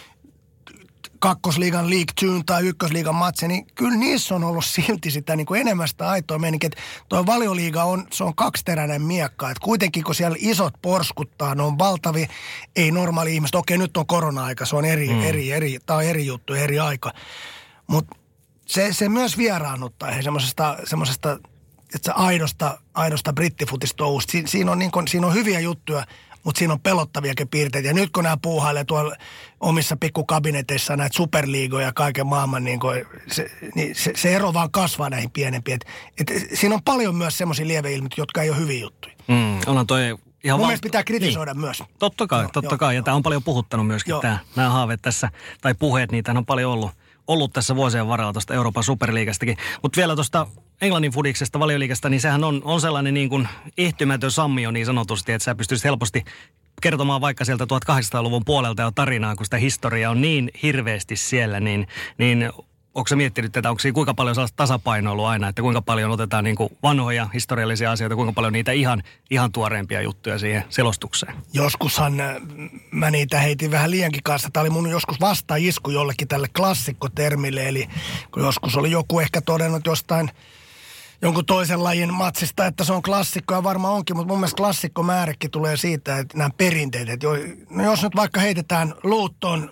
kakkosliigan League Two tai ykkösliigan matse, niin kyllä niissä on ollut silti sitä niin kuin enemmän sitä aitoa meininkiä, että tuo Valioliiga on, se on kaksiteräinen miekka, että kuitenkin kun siellä isot porskuttaa, ne on valtavia, ei normaali ihmiset, okei nyt on korona-aika, se on eri, mm. eri, eri, tämä on eri juttu, eri aika, mutta se, se myös vieraannuttaa semmoisesta, semmoisesta, että se aidosta, aidosta brittifutistouhusta, si, siinä, on niin kuin, siinä on hyviä juttuja, mutta siinä on pelottaviakin piirteitä. Ja nyt kun nämä puuhailee tuolla omissa pikkukabineteissa näitä superliigoja ja kaiken maailman, niin se, niin se, se ero vaan kasvaa näihin pienempiin. Et, et, siinä on paljon myös semmoisia lieveilmiöitä, jotka ei ole hyviä juttuja. Mm, onhan toi ihan Mun val... mielestä pitää kritisoida niin. myös. Totta kai, no, totta joo, kai. Ja tämä on paljon puhuttanut myöskin tämä, nämä haaveet tässä, tai puheet, niitä on paljon ollut. ollut tässä vuosien varrella tuosta Euroopan superliigastakin. Mutta vielä tuosta Englannin fudiksesta, Valioliigasta, niin sehän on, on sellainen niin kuin ehtymätön sammio niin sanotusti, että sä pystyisit helposti kertomaan vaikka sieltä tuhatkahdeksansataaluvun puolelta jo tarinaa, kun sitä historiaa on niin hirveästi siellä, niin, niin onko sä miettinyt tätä, onko siinä kuinka paljon sellaista tasapainoa ollut aina, että kuinka paljon otetaan niin kuin vanhoja historiallisia asioita, kuinka paljon niitä ihan, ihan tuoreempia juttuja siihen selostukseen? Joskushan mä niitä heitin vähän liiankin kanssa. Tämä oli mun joskus vastaisku jollekin tälle klassikkotermille, eli kun joskus oli joku ehkä todennut jostain jonkun toisen lajin matsista, että se on klassikko ja varmaan onkin, mutta mun mielestä klassikkomääräkin tulee siitä, että nämä perinteet, että jo, no jos nyt vaikka heitetään Luton,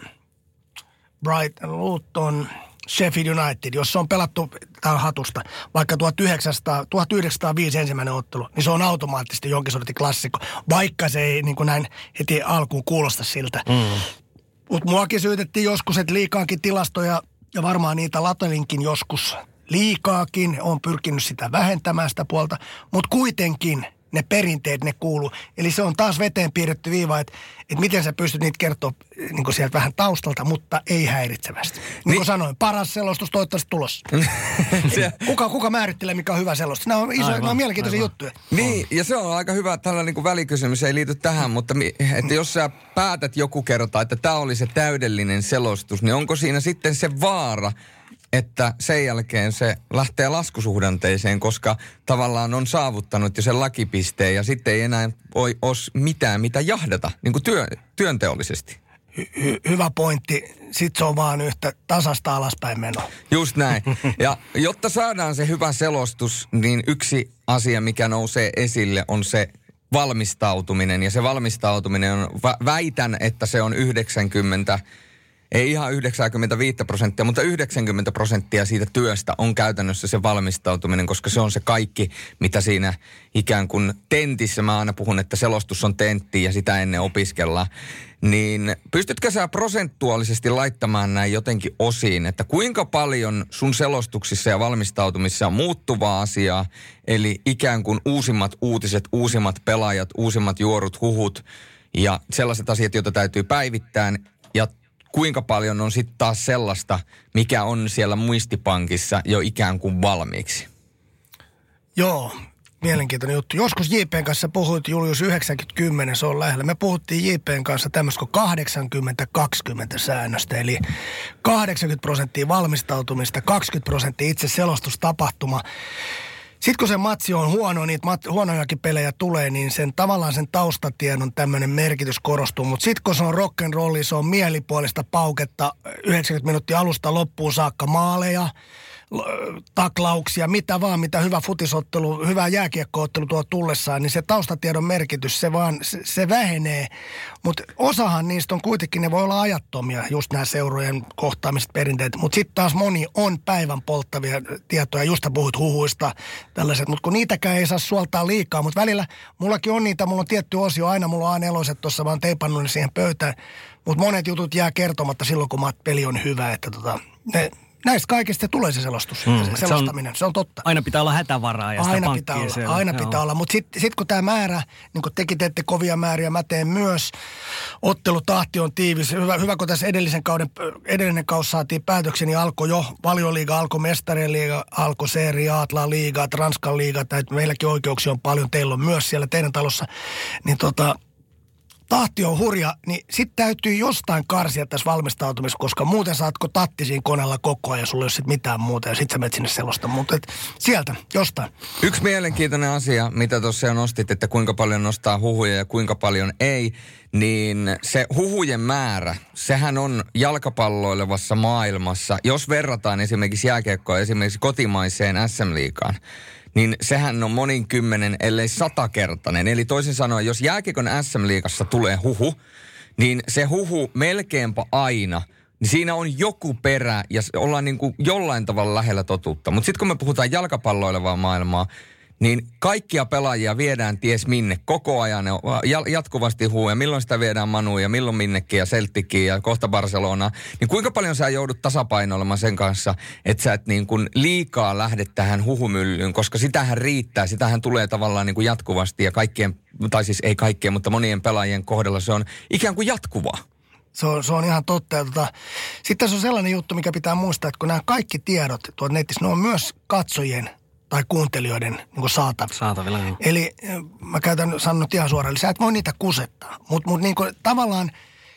Brighton, Luton, Sheffield United, jos se on pelattu täällä hatusta, vaikka tuhatyhdeksänsataa, tuhatyhdeksänsataaviisi ensimmäinen ottelu, niin se on automaattisesti jonkin sortin klassikko, vaikka se ei niin kuin näin heti alkuun kuulosta siltä. Mm. Mutta muakin syytettiin joskus, että liikaankin tilastoja, ja varmaan niitä latelinkin joskus liikaakin, on pyrkinyt sitä vähentämään sitä puolta, mutta kuitenkin ne perinteet, ne kuuluu. Eli se on taas veteen piirretty viiva, että, että miten sä pystyt niitä kertoa niin kuin sieltä vähän taustalta, mutta ei häiritsevästi. Niin, niin kuin sanoin, paras selostus toivottavasti tulossa. se... kuka, kuka määrittelee, mikä on hyvä selostus? Nämä on, iso, nämä on mielenkiintoisia aivan. juttuja. Niin, ja se on aika hyvä, että tällainen niin välikysymys ei liity tähän, mutta että jos sä päätät joku kertaa, että tämä oli se täydellinen selostus, niin onko siinä sitten se vaara, että sen jälkeen se lähtee laskusuhdanteeseen, koska tavallaan on saavuttanut jo sen lakipisteen ja sitten ei enää ole mitään, mitä jahdata niin kuin työ, työnteollisesti. Hy- hyvä pointti. Sitten se on vaan yhtä tasasta alaspäin menoa. Just näin. Ja jotta saadaan se hyvä selostus, niin yksi asia, mikä nousee esille, on se valmistautuminen. Ja se valmistautuminen on, väitän, että se on yhdeksänkymmentä ei ihan yhdeksänkymmentäviisi prosenttia, mutta yhdeksänkymmentä prosenttia siitä työstä on käytännössä se valmistautuminen, koska se on se kaikki, mitä siinä ikään kuin tentissä, mä aina puhun, että selostus on tentti ja sitä ennen opiskellaan, niin pystytkö sä prosentuaalisesti laittamaan näin jotenkin osiin, että kuinka paljon sun selostuksissa ja valmistautumissa on muuttuvaa asiaa, eli ikään kuin uusimmat uutiset, uusimmat pelaajat, uusimmat juorut, huhut ja sellaiset asiat, joita täytyy päivittää ja kuinka paljon on sitten taas sellaista, mikä on siellä muistipankissa jo ikään kuin valmiiksi? Joo, mielenkiintoinen juttu. Joskus J P:n kanssa puhuit, Julius, yhdeksänkymmentä kymmenen, se on lähellä. Me puhuttiin J P:n kanssa tämmöistä kuin kahdeksankymmentä kaksikymmentä säännöstä, eli kahdeksankymmentä prosenttia valmistautumista, kaksikymmentä prosenttia itse selostustapahtuma. Sitten kun se matsi on huono, niitä mat- huonojakin pelejä tulee, niin sen tavallaan sen taustatiedon tämmöinen merkitys korostuu. Mutta sitten kun se on rock'n'rolli, se on mielipuolista pauketta, yhdeksänkymmentä minuuttia alusta loppuun saakka maaleja, taklauksia, mitä vaan, mitä hyvä futisottelu, hyvä jääkiekkoottelu tuo tullessaan, niin se taustatiedon merkitys, se vaan, se, se vähenee. Mutta osahan niistä on kuitenkin, ne voi olla ajattomia, just nämä seurojen kohtaamiset perinteet, mutta sitten taas moni on päivän polttavia tietoja, just puhut huhuista, tällaiset, mutta kun niitäkään ei saa suoltaa liikaa, mutta välillä mullakin on niitä, mulla on tietty osio, aina mulla on A neljä tuossa vaan teipannut ne siihen pöytään, mutta monet jutut jää kertomatta silloin, kun peli on hyvä, että tota, ne näistä kaikista tulee se selostus, mm, se selostaminen, se on, se on totta. Aina pitää olla hätävaraa ja sitä aina pitää olla, siellä. Aina Joo. pitää olla, mutta sitten sit kun tämä määrä, niin kun tekin teette kovia määriä, mä teen myös, ottelutahti on tiivis. Hyvä, hyvä kun tässä edellisen kauden, edellinen kausi saatiin päätöksen, niin alkoi jo Valioliiga, alkoi Mestarien liiga, alkoi Serie A, Atlan liiga, Ranskan liiga, tai meilläkin oikeuksia on paljon, teillä on myös siellä teidän talossa, niin tota, tahti on hurja, niin sitten täytyy jostain karsia tässä valmistautumissa, koska muuten saatko tatti siinä koneella koko ajan ja sulla ei ole sit mitään muuta ja sitten sä menet sinne selosta. Mutta sieltä, jostain. Yksi mielenkiintoinen asia, mitä tuossa jo nostit, että kuinka paljon nostaa huhuja ja kuinka paljon ei, niin se huhujen määrä, sehän on jalkapalloilevassa maailmassa, jos verrataan esimerkiksi jääkiekkoa esimerkiksi kotimaiseen S M-liigaan, niin sehän on moninkymmenen, ellei satakertainen. Eli toisin sanoen, jos jääkiekon S M-liigassa tulee huhu, niin se huhu melkeinpä aina, niin siinä on joku perä ja ollaan niin kuin jollain tavalla lähellä totuutta. Mutta sitten kun me puhutaan jalkapalloilevaa maailmaa, niin kaikkia pelaajia viedään ties minne koko ajan jatkuvasti huuja. Milloin sitä viedään Manuun ja milloin minnekin ja Celticin ja kohta Barcelonaan. Niin kuinka paljon sä joudut tasapainoilemaan sen kanssa, että sä et niin kuin liikaa lähde tähän huhumyllyyn, koska sitähän riittää. Sitähän tulee tavallaan niin kuin jatkuvasti ja kaikkien, tai siis ei kaikkien, mutta monien pelaajien kohdalla se on ikään kuin jatkuvaa. Se on, se on ihan totta. Tota, sitten se on sellainen juttu, mikä pitää muistaa, että kun nämä kaikki tiedot tuot netissä, ne on myös katsojien tai kuuntelijoiden niin saatavilla. Saatavilla, joo. Eli mä käytän sanonut ihan suoraan, eli sä et voi niitä kusettaa. Mutta mut niin tavallaan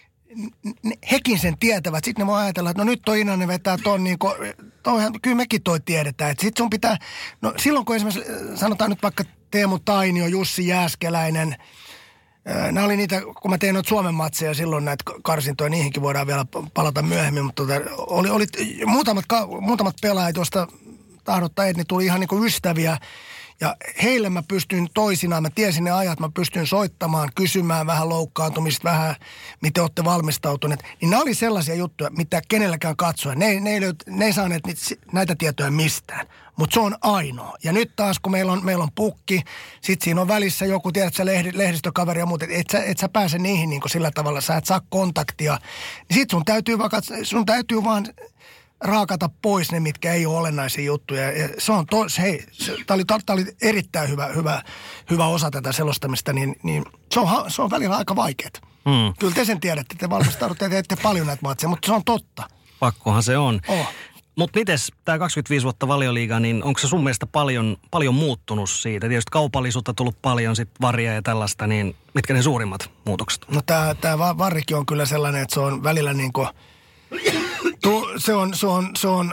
ne, hekin sen tietävät. Sitten ne voi ajatella, että no nyt toi Inanen vetää ton, niin kuin, toihan, kyllä mekin toi tiedetään. Sitten sun pitää, no silloin kun esimerkiksi sanotaan nyt vaikka Teemu Tainio, Jussi Jääskeläinen, nämä oli niitä, kun mä tein noita Suomen matseja silloin näitä karsintoja, niihinkin voidaan vielä palata myöhemmin, mutta tota, oli, oli muutamat, muutamat pelaajat, joista tahdottaa, että ne tuli ihan niin kuin ystäviä. Ja heille mä pystyin toisinaan, mä tiesin ne ajat, mä pystyin soittamaan, kysymään vähän loukkaantumista, vähän miten olette valmistautuneet. Niin nämä oli sellaisia juttuja, mitä kenelläkään katsoa. Ne, ei, ne, ei, ne ei saaneet näitä tietoja mistään, mutta se on ainoa. Ja nyt taas, kun meillä on, meillä on pukki, sit siinä on välissä joku, tiedät sä, lehdistökaveri ja muut, et, et, sä, et sä pääse niihin niin kuin sillä tavalla, sä et saa kontaktia. Niin sit sun täytyy, vaikka, sun täytyy vaan raakata pois ne, mitkä ei ole olennaisia juttuja. Ja se on to, se, hei, tämä oli, oli erittäin hyvä, hyvä, hyvä osa tätä selostamista, niin, niin se, on, se on välillä aika vaikeaa. Hmm. Kyllä te sen tiedätte, te valmistaudutte ja teette paljon näitä matseja, mutta se on totta. Pakkohan se on. Oh. Mutta mites tämä kaksikymmentäviisi vuotta Valioliigaa, niin onko se sun mielestä paljon, paljon muuttunut siitä? Tietysti kaupallisuutta tullut paljon, sit varia ja tällaista, niin mitkä ne suurimmat muutokset? No tämä, tämä varrikin on kyllä sellainen, että se on välillä niin kuin Tu, se, on, se, on, se, on,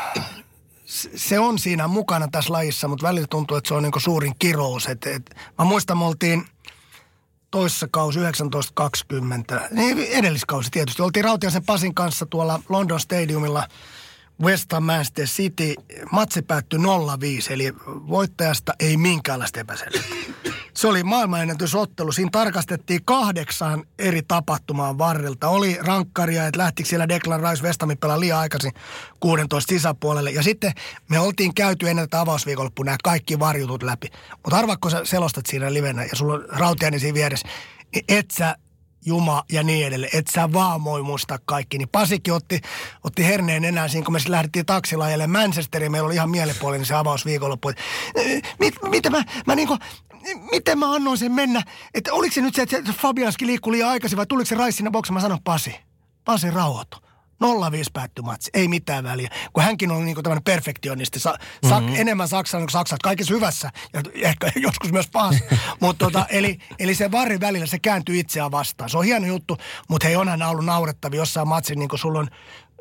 se on siinä mukana tässä lajissa, mutta välillä tuntuu, että se on niin kuin suurin kirous. Et, et, mä muistan, me oltiin toissa kausi yhdeksäntoista kaksikymmentä, niin edelliskausi tietysti. Oltiin Rautiaisen Pasin kanssa tuolla London Stadiumilla West Ham Manchester City. Matsi päättyi nolla viisi, eli voittajasta ei minkäänlaista epäselvyyttä. Se oli maailmanennätysottelu. Siinä tarkastettiin kahdeksan eri tapahtumaan varrelta. Oli rankkaria, että lähtikö siellä Declan Rice West Hamin pelaa liian aikaisin kuusitoista sisäpuolelle. Ja sitten me oltiin käyty ennen tätä avausviikonloppuna nämä kaikki varjutut läpi. Mutta arvaatko sä selostat siinä livenä ja sulla on Rautiainen siinä vieressä. Et sä Juma ja niin edelleen. Et sä vaan voi muistaa kaikki. Niin Pasikin otti, otti herneen enää siinä, kun me lähdettiin taksilla ajelemaan Manchesteriin. Meillä oli ihan mielipuolinen se avausviikonloppu. Mit, mitä mä, mä niinku, miten mä annoin sen mennä? Että oliko se nyt se, että Fabianski liikkui liian aikaisin vai tuliko se Rice siinä boksissa? Mä sanon Pasi. Pasi rauhoitu. nolla viisi päättyi matsi. Ei mitään väliä. Kun hänkin on niinku tämmöinen perfektionisti. Sa- sa- mm-hmm. Enemmän saksalainen kuin saksalaiset. Kaikissa hyvässä. Ja ehkä joskus myös pahassa. Mutta tota, eli, eli se varrin välillä se kääntyy itseään vastaan. Se on hieno juttu, mutta hei onhan ollut naurettavia jossain matsin, niin kuin sulla on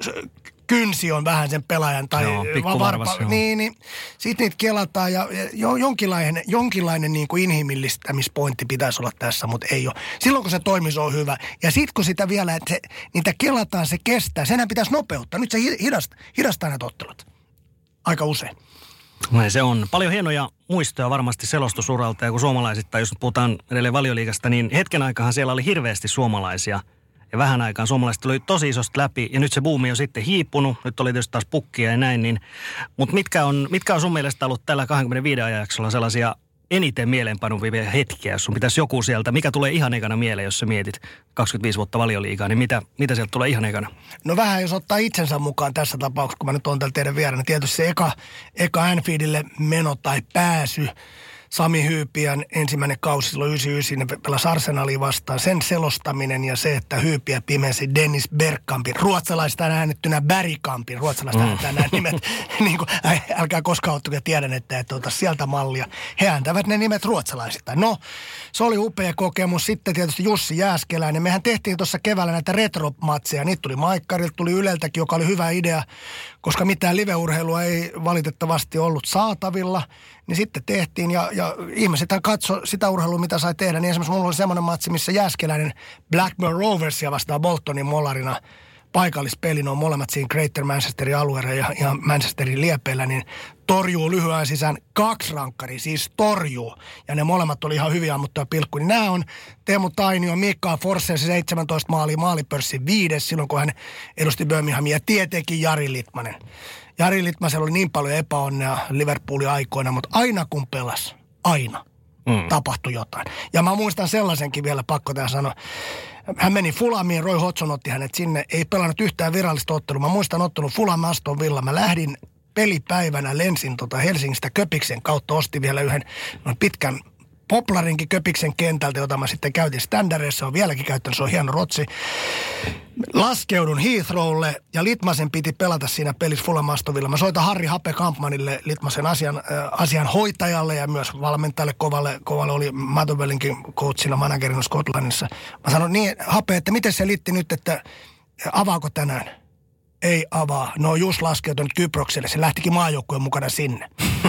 kynsi on vähän sen pelaajan tai joo, pikkuvarvas, varpa, niin, niin sitten niitä kelataan ja jo, jonkinlainen, jonkinlainen niin kuin inhimillistämispointti pitäisi olla tässä, mutta ei ole. Silloin kun se toimii, se on hyvä. Ja sitten kun sitä vielä, että se, niitä kelataan, se kestää, senhän pitäisi nopeuttaa. Nyt se hidastaa, hidastaa näitä ottelut. Aika usein. Näin se on. Paljon hienoja muistoja varmasti selostusuralta ja kun suomalaisista, jos puhutaan edelleen Valioliigasta, niin hetken aikahan siellä oli hirveästi suomalaisia. Ja vähän aikaan suomalaiset tuli tosi isosti läpi ja nyt se buumi on sitten hiipunut. Nyt oli tietysti taas pukkia ja näin. Niin, mutta mitkä on, mitkä on sun mielestä ollut tällä kaksikymmentäviisi ajanjaksolla sellaisia eniten mieleenpanuvia hetkiä, jos sun pitäisi joku sieltä, mikä tulee ihan ekana mieleen, jos sä mietit kaksikymmentäviisi vuotta Valioliigaa, niin mitä, mitä sieltä tulee ihan ekana? No vähän jos ottaa itsensä mukaan tässä tapauksessa, kun mä nyt oon täällä teidän vierellä, niin tietysti se eka, eka Anfieldille meno tai pääsy, Sami Hyypiän ensimmäinen kausi silloin yhdeksänkymmentäyhdeksän, ne pelasi Arsenalia vastaan. Sen selostaminen ja se, että Hyypiä pimensi Dennis Bergkampin, ruotsalaista äänettynä Bergkampin, ruotsalaista mm. nämä nimet. niin kuin, älkää koskaan ottuko, tiedän, että et ota sieltä mallia. He ääntävät ne nimet ruotsalaisista. No, se oli upea kokemus. Sitten tietysti Jussi Jääskeläinen. Mehän tehtiin tuossa keväällä näitä retromatseja. Niitä tuli Maikkarilta, tuli Yleltäkin, joka oli hyvä idea, koska mitään live-urheilua ei valitettavasti ollut saatavilla. Niin sitten tehtiin ja, ja ihmisethän katsoi sitä urheilua, mitä sai tehdä. Niin esimerkiksi mulla oli semmoinen matsi, missä Jääskeläinen Blackburn Roversia vastaan Boltonin molarina paikallispeli, on molemmat siinä Greater Manchesterin alueella ja, ja Manchesterin liepeillä, niin torjuu lyhyen sisään kaksi rankkaria, siis torjuu. Ja ne molemmat oli ihan hyviä ammuttuja pilkku. Niin nämä on Teemu Tainio, Mika Forssell, se seitsemäntoista maalia, maalipörssin viides, silloin kun hän edusti Birminghamia, ja tietenkin Jari Litmanen. Jari Litmasella oli niin paljon epäonnea Liverpoolin aikoina, mutta aina kun pelasi, aina mm. tapahtui jotain. Ja mä muistan sellaisenkin vielä, pakko tää sanoa. Hän meni Fulamiin, Roy Hodgson otti hänet sinne, ei pelannut yhtään virallista ottelua. Mä muistan ottelun Fulham Aston Villa. Mä lähdin pelipäivänä, lensin tota Helsingistä Köpiksen kautta, ostin vielä yhden noin pitkän poplarinkin Köpiksen kentältä, jota mä sitten käytin standardeissa, on vieläkin käyttänyt, se on hieno rotsi. Laskeudun Heathrowlle ja Litmasen piti pelata siinä pelissä Fulham Aston Villa. Mä soitan Harri Hape Kampmanille, Litmasen asian, äh, asian hoitajalle ja myös valmentajalle Kovalle. Kovalle oli Motherwellinkin coachina, managerina Skotlannissa. Mä sanoin niin, Hape, että miten se liitti nyt, että avaako tänään? Ei avaa. No just laskeutunut Kyprokselle. Se lähtikin maajoukkueen mukana sinne.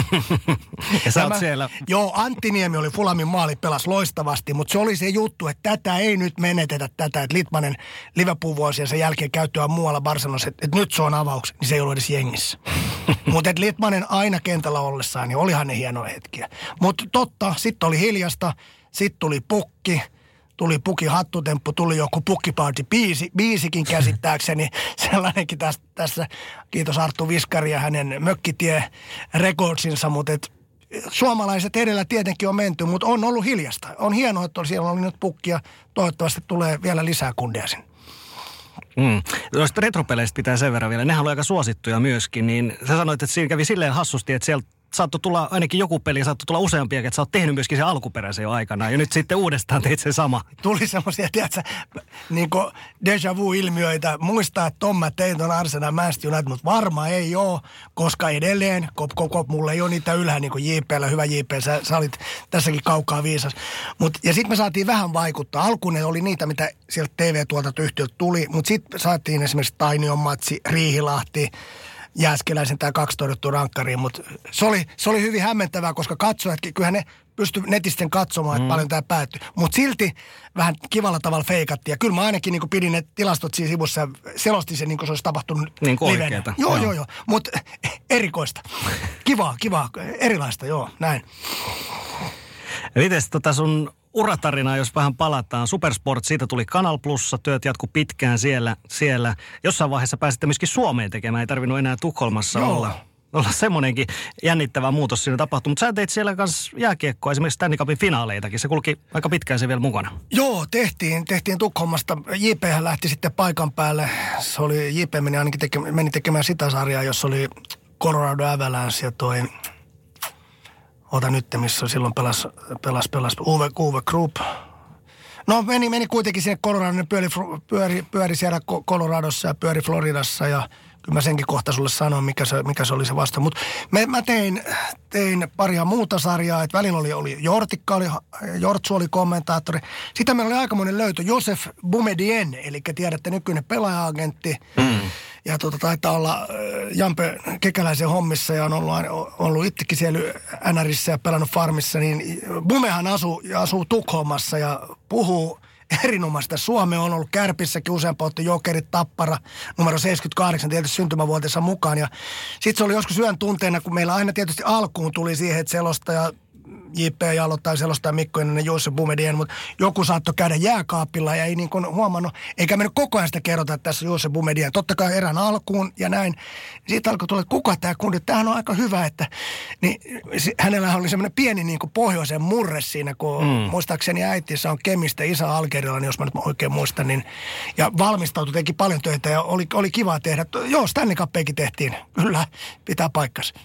ja sä oot siellä. Joo, Antti Niemi oli Fulamin maali, pelasi loistavasti, mutta se oli se juttu, että tätä ei nyt menetetä tätä, että Litmanen Liverpool-vuosien sen jälkeen käyttöä muualla Barcelonassa, että, että nyt se on avaus, niin se ei ollut edes jengissä. mutta että Litmanen aina kentällä ollessaan, niin olihan ne hienoja hetkiä. Mutta totta, sitten oli hiljasta, sitten tuli pukki. Tuli puki hattutemppu, tuli joku pukkiparty biisi, biisikin käsittääkseni. Sellainenkin tässä, tässä, kiitos Arttu Viskari ja hänen mökkitie recordsinsa, mutta et, suomalaiset edellä tietenkin on menty, mutta on ollut hiljasta. On hienoa, että siellä oli nyt pukki ja toivottavasti tulee vielä lisää kundeja sinne. Mm. Noista retropeleistä pitää sen verran vielä. Nehän oli aika suosittuja myöskin, niin sä sanoit, että siinä kävi silleen hassusti, että sieltä saattoi tulla ainakin joku peli ja saattoi tulla useampia, että sä oot tehnyt myöskin sen alkuperäisen jo aikanaan. Ja nyt sitten uudestaan teit sen sama. Tuli semmoisia, tiedätkö, niin kuin déjà vu-ilmiöitä. Muistaa, että Tom, mä tein ton Arsenal Manchester United, mutta varmaan ei ole, koska edelleen, kop, kop, kop, mulla ei ole niitä ylhää niin kuin J P:llä, hyvä J P, sä, sä olit tässäkin kaukaa viisas. Mut, ja sitten me saatiin vähän vaikuttaa. Alkuun ne oli niitä, mitä sieltä T V-tuotantoyhtiöltä tuli, mutta sitten saatiin esimerkiksi Tainion matsi, Riihilahti, Jääskeläisen tämä kaksi torjuttua rankkariin, mutta se oli, se oli hyvin hämmentävää, koska katsojatkin, kyllähän ne pystyi netisten katsomaan, että mm. paljon tämä päättyi. Mutta silti vähän kivalla tavalla feikattiin. Ja kyllä mä ainakin niin pidin ne tilastot siinä sivussa ja selostin sen niin kuin se olisi tapahtunut niin kuin oikeeta. Joo, joo, joo. Mutta erikoista. Kivaa, kivaa, erilaista, joo, näin. Mites tota sun uratarinaa, jos vähän palataan. Supersport, siitä tuli Kanal Plussa, työt jatku pitkään siellä. siellä. Jossain vaiheessa pääsitte myöskin Suomeen tekemään, ei tarvinnut enää Tukholmassa Joo. olla. Olla semmoinenkin jännittävä muutos siinä tapahtui. Mutta sä teit siellä kanssa jääkiekkoa, esimerkiksi Stanley Cupin finaaleitakin. Se kulki aika pitkään se vielä mukana. Joo, tehtiin. Tehtiin Tukholmasta. J P:hän lähti sitten paikan päälle. Se oli, J P meni ainakin teke, meni tekemään sitä sarjaa, jossa oli Colorado Avalanche ja toi... Ota nyt, missä silloin pelas, pelas, pelas Uwe, Uwe Krupp. No meni, meni kuitenkin sinne Coloradoon, ne pyöri, pyöri, pyöri siellä Coloradossa ja pyöri Floridassa ja kyllä mä senkin kohta sulle sanoin, mikä se, mikä se oli se vasta. Mutta mä tein, tein paria muuta sarjaa, että välillä oli, oli Jortikka, oli, Jortsu oli kommentaattori. Sitten meillä oli aikamoinen löytö, Josef Boumedien, eli tiedätte nykyinen pelaaja-agentti. Mm. Ja tuota, taitaa olla Jampe Kekäläisen hommissa ja on ollut, ollut itsekin siellä N R:ssä ja pelannut farmissa, niin Bumehan asuu, asuu Tukholmassa ja puhuu erinomaista suomea. On ollut Kärpissäkin useampaa, otti Jokerit, Tappara, numero seitsemänkymmentäkahdeksan tietysti syntymävuotensa mukaan. Ja sitten se oli joskus yön tunteena, kun meillä aina tietysti alkuun tuli siihen, että selostaja J P Jalo tai selostaja Mikko ennen Josef Boumedien, mutta joku saattoi käydä jääkaapilla ja ei niin kuin huomannut, eikä mennyt koko ajan sitä kerrota, että tässä on Josef Boumedien. Totta kai erään alkuun ja näin. Siitä alkoi tulla, että kuka tämä kundi, tämähän on aika hyvä, että niin, hänellä oli semmoinen pieni niin kuin pohjoisen murre siinä, kun mm. muistaakseni äitinsä on kemistä, isä algerialainen, jos mä nyt oikein muistan, niin, ja valmistautui, teki paljon töitä ja oli, oli kiva tehdä. Joo, Stanley Cupiakin tehtiin, kyllä, pitää paikkansa.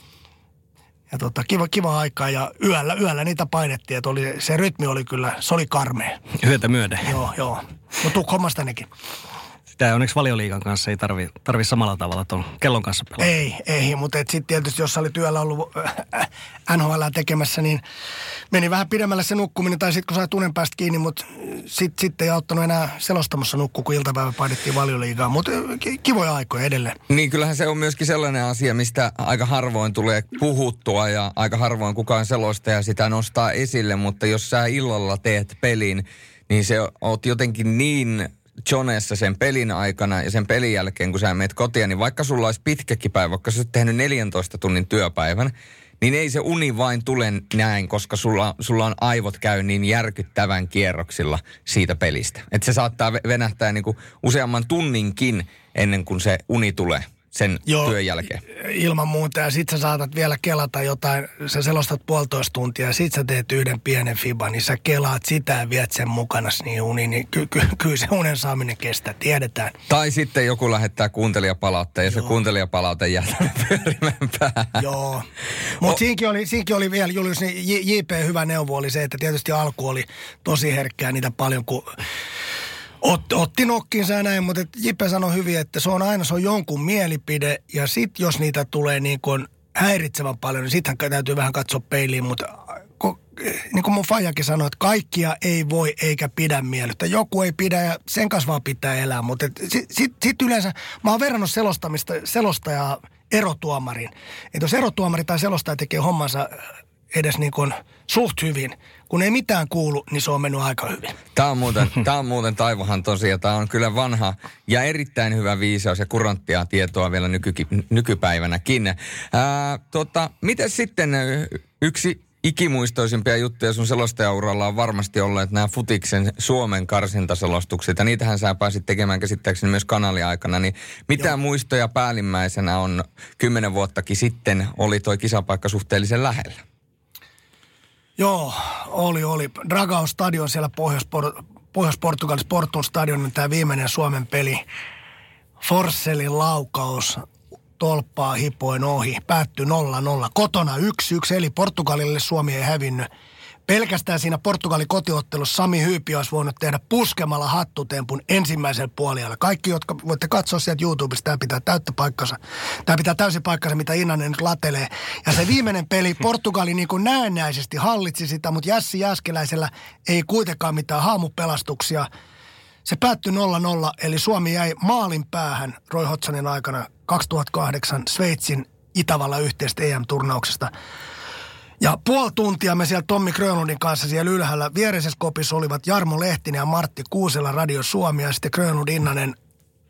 Ja tota, kiva, kiva aikaa ja yöllä, yöllä niitä painettiin, että oli, se rytmi oli kyllä, se oli karmea. Yötä myöden. Joo, joo. Mutta Tukholmasta nekin. Sitä onneksi Valioliigan kanssa ei tarvi, tarvi samalla tavalla tuon kellon kanssa pelata. Ei, ei, mutta sitten tietysti jos sä olit yöllä ollut N H L tekemässä, niin meni vähän pidemmälle se nukkuminen, tai sitten kun sai tunnen päästä kiinni, mutta sitten sit ei auttanut enää selostamassa nukkua, kun iltapäivä painettiin Valioliigaan, mutta kivoja aikoja edelleen. Niin, kyllähän se on myöskin sellainen asia, mistä aika harvoin tulee puhuttua ja aika harvoin kukaan selostaja sitä nostaa esille, mutta jos sä illalla teet pelin, niin se oot jotenkin niin Jonessa sen pelin aikana ja sen pelin jälkeen, kun sä menet kotiin, niin vaikka sulla olisi pitkäkin päivä, vaikka sä oot tehnyt neljäntoista tunnin työpäivän, niin ei se uni vain tule näin, koska sulla, sulla on aivot käy niin järkyttävän kierroksilla siitä pelistä. Että se saattaa venähtää niinku useamman tunninkin ennen kuin se uni tulee sen Joo, työn jälkeen. Ilman muuta. Ja sit sä saatat vielä kelata jotain, sä selostat puolitoista tuntia ja sit sä teet yhden pienen fiban, niin sä kelaat sitä ja viet sen mukana niin uniin, niin ky- ky- kyllä se unen saaminen kestää, tiedetään. Tai sitten joku lähettää kuuntelijapalautteen ja se kuuntelijapalaute jää pyörimään päähän. Joo. Mutta o- siinkin, oli, siinkin oli vielä, Julius, niin J P hyvä neuvo oli se, että tietysti alku oli tosi herkkää niitä paljon, kun Ot, otti nokkinsa ja näin, mutta Jipe sanoi hyvin, että se on aina se on jonkun mielipide ja sit jos niitä tulee niin kuin häiritsevän paljon, niin sittenhän täytyy vähän katsoa peiliin, mutta ko, niin kuin mun faijakin sanoi, että kaikkia ei voi eikä pidä miellyttää. Joku ei pidä ja sen kanssa vaan pitää elää, mutta sitten sit, sit yleensä mä oon verrannut selostamista, selostajaa erotuomarin. Että jos erotuomari tai selostaja tekee hommansa edes niin kuin suht hyvin. Kun ei mitään kuulu, niin se on mennyt aika hyvin. Tämä on muuten, tämä on muuten Taivohan tosiaan. Tämä on kyllä vanha ja erittäin hyvä viisaus ja kuranttia tietoa vielä nyky, nykypäivänäkin. Ää, tota, miten sitten yksi ikimuistoisimpia juttuja sun selostajauralla on varmasti olleet nämä Futiksen Suomen karsintaselostukset. Ja niitähän sä pääsit tekemään käsittääkseni myös kanaliaikana. Niin mitä Joo. muistoja päällimmäisenä on kymmenen vuottakin sitten oli toi kisapaikka suhteellisen lähellä? Joo, oli, oli. Dragao Stadion siellä Pohjois-Por- Pohjois-Portugalissa, Portun stadion, tämä viimeinen Suomen peli. Forsellin laukaus, tolppaa hipoin ohi, päättyi nolla nolla. Kotona yksi yksi, eli Portugalille Suomi ei hävinnyt. Pelkästään siinä Portugalin kotiottelussa Sami Hyypi olisi voinut tehdä puskemalla hattutempun ensimmäisellä puoliajalla. Kaikki, jotka voitte katsoa sieltä YouTubesta, tämä pitää täyttä paikkansa. Tämä pitää täysin paikkansa, mitä Innanen nyt latelee. Ja se viimeinen peli, Portugali niin kuin näennäisesti hallitsi sitä, mutta Jässi Jääskeläisellä ei kuitenkaan mitään haamupelastuksia. Se päättyi nolla nolla, eli Suomi jäi maalin päähän Roy Hodgsonin aikana kaksituhattakahdeksan Sveitsin Itävallan yhteistä E M-turnauksesta. Ja puoli tuntia me siellä Tommi Grönlundin kanssa siellä ylhäällä viereisessä kopissa olivat Jarmo Lehtinen ja Martti Kuusela Radio Suomi ja sitten Grönlund Innanen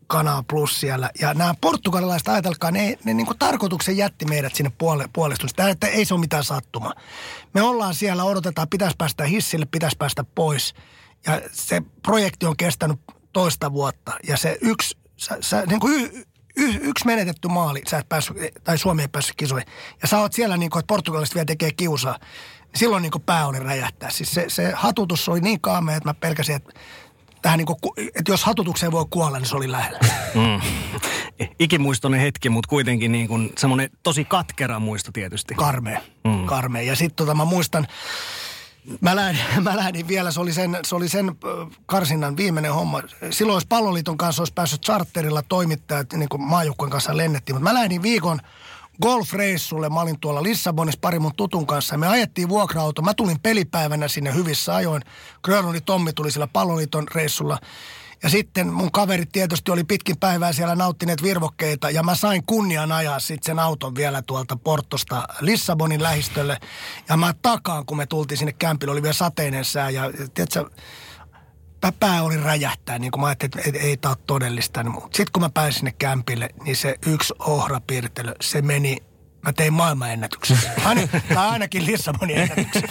Kanal Plus siellä. Ja nämä portugalilaiset, ajatelkaa, ne, ne niin kuin tarkoituksen jätti meidät sinne puole, puolestaan. Tämä, että ei se ole mitään sattumaa. Me ollaan siellä, odotetaan, pitäisi päästä hissille, pitäisi päästä pois. Ja se projekti on kestänyt toista vuotta. Ja se yksi, sä, sä, niin kuin y, y, yksi menetetty maali, sä et päässyt, tai Suomi ei päässyt kisoihin. Ja sä oot siellä, niin kuin, että portugalilaiset vielä tekee kiusaa. Silloin niin kuin pää oli räjähtää. Siis se, se hatutus oli niin kaamea, että mä pelkäsin, että, tähän niin kuin, että jos hatutukseen voi kuolla, niin se oli lähellä. Mm. Ikimuistoinen hetki, mutta kuitenkin niin kuin semmoinen tosi katkera muisto tietysti. Karmea, mm. karmea. Ja sitten tota, mä muistan, mä lähdin, mä lähdin vielä, se oli, sen, se oli sen karsinnan viimeinen homma. Silloin jos Palloliiton kanssa olisi päässyt charterilla toimittajat, niin kuin maajoukkueen kanssa lennettiin. Mutta mä lähdin viikon golfreissulle. Mä olin tuolla Lissabonissa pari mun tutun kanssa. Me ajettiin vuokra-auto. Mä tulin pelipäivänä sinne hyvissä ajoin. Grönlundin Tommi tuli sillä Palloliiton reissulla. Ja sitten mun kaverit tietysti oli pitkin päivää siellä nauttineet virvokkeita. Ja mä sain kunnian ajaa sitten sen auton vielä tuolta Portosta Lissabonin lähistölle. Ja mä takaan, kun me tultiin sinne kämpille, oli vielä sateinen sää. Ja tiedätkö, pää oli räjähtää, niin kuin mä ajattelin, että ei, ei tää ole todellista. Sitten kun mä pääsin sinne kämpille, niin se yksi ohrapiirtely, se meni, mä tein maailmanennätyksen. Aina, tai ainakin Lissabonin ennätyksen.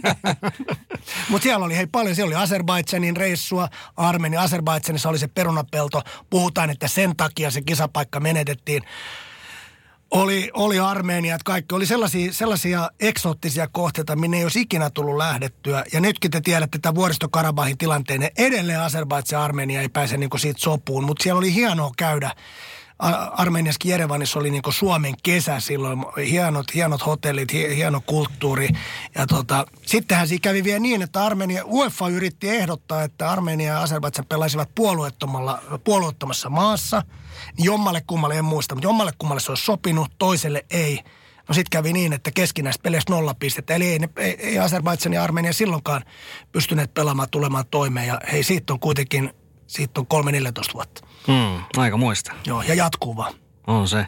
Mutta siellä oli hei paljon, siellä oli Azerbaidžanin reissua, Armenia, Azerbaidžanissa oli se perunapelto. Puhutaan, että sen takia se kisapaikka menetettiin. Oli, oli Armenia, että kaikki oli sellaisia, sellaisia eksoottisia kohteita, minne ei olisi ikinä tullut lähdettyä. Ja nytkin te tiedätte tämän vuoristokarabahin tilanteen. Edelleen Azerbaidžan ja Armenia ei pääse niinku siitä sopuun, mutta siellä oli hienoa käydä. Armeniassakin Jerevanissa oli niinku Suomen kesä silloin. Hienot, hienot hotellit, hieno kulttuuri. Ja tota, sittenhän siinä kävi vielä niin, että Armenia, UEFA yritti ehdottaa, että Armenia ja Azerbaidžan pelaisivat puolueettomalla, puolueettomassa maassa. Jommalle kummalle, en muista, mutta jommalle kummalle se olisi sopinut, toiselle ei. No sit kävi niin, että keskinäistä peleistä nolla pistettä. Eli ei, ei, ei Azerbaidžan ja Armenia silloinkaan pystyneet pelaamaan tulemaan toimeen. Ja hei, siitä on kuitenkin, siitä on kolme neljätoista vuotta. Hmm, aika muista. Joo, ja jatkuu vaan. On se,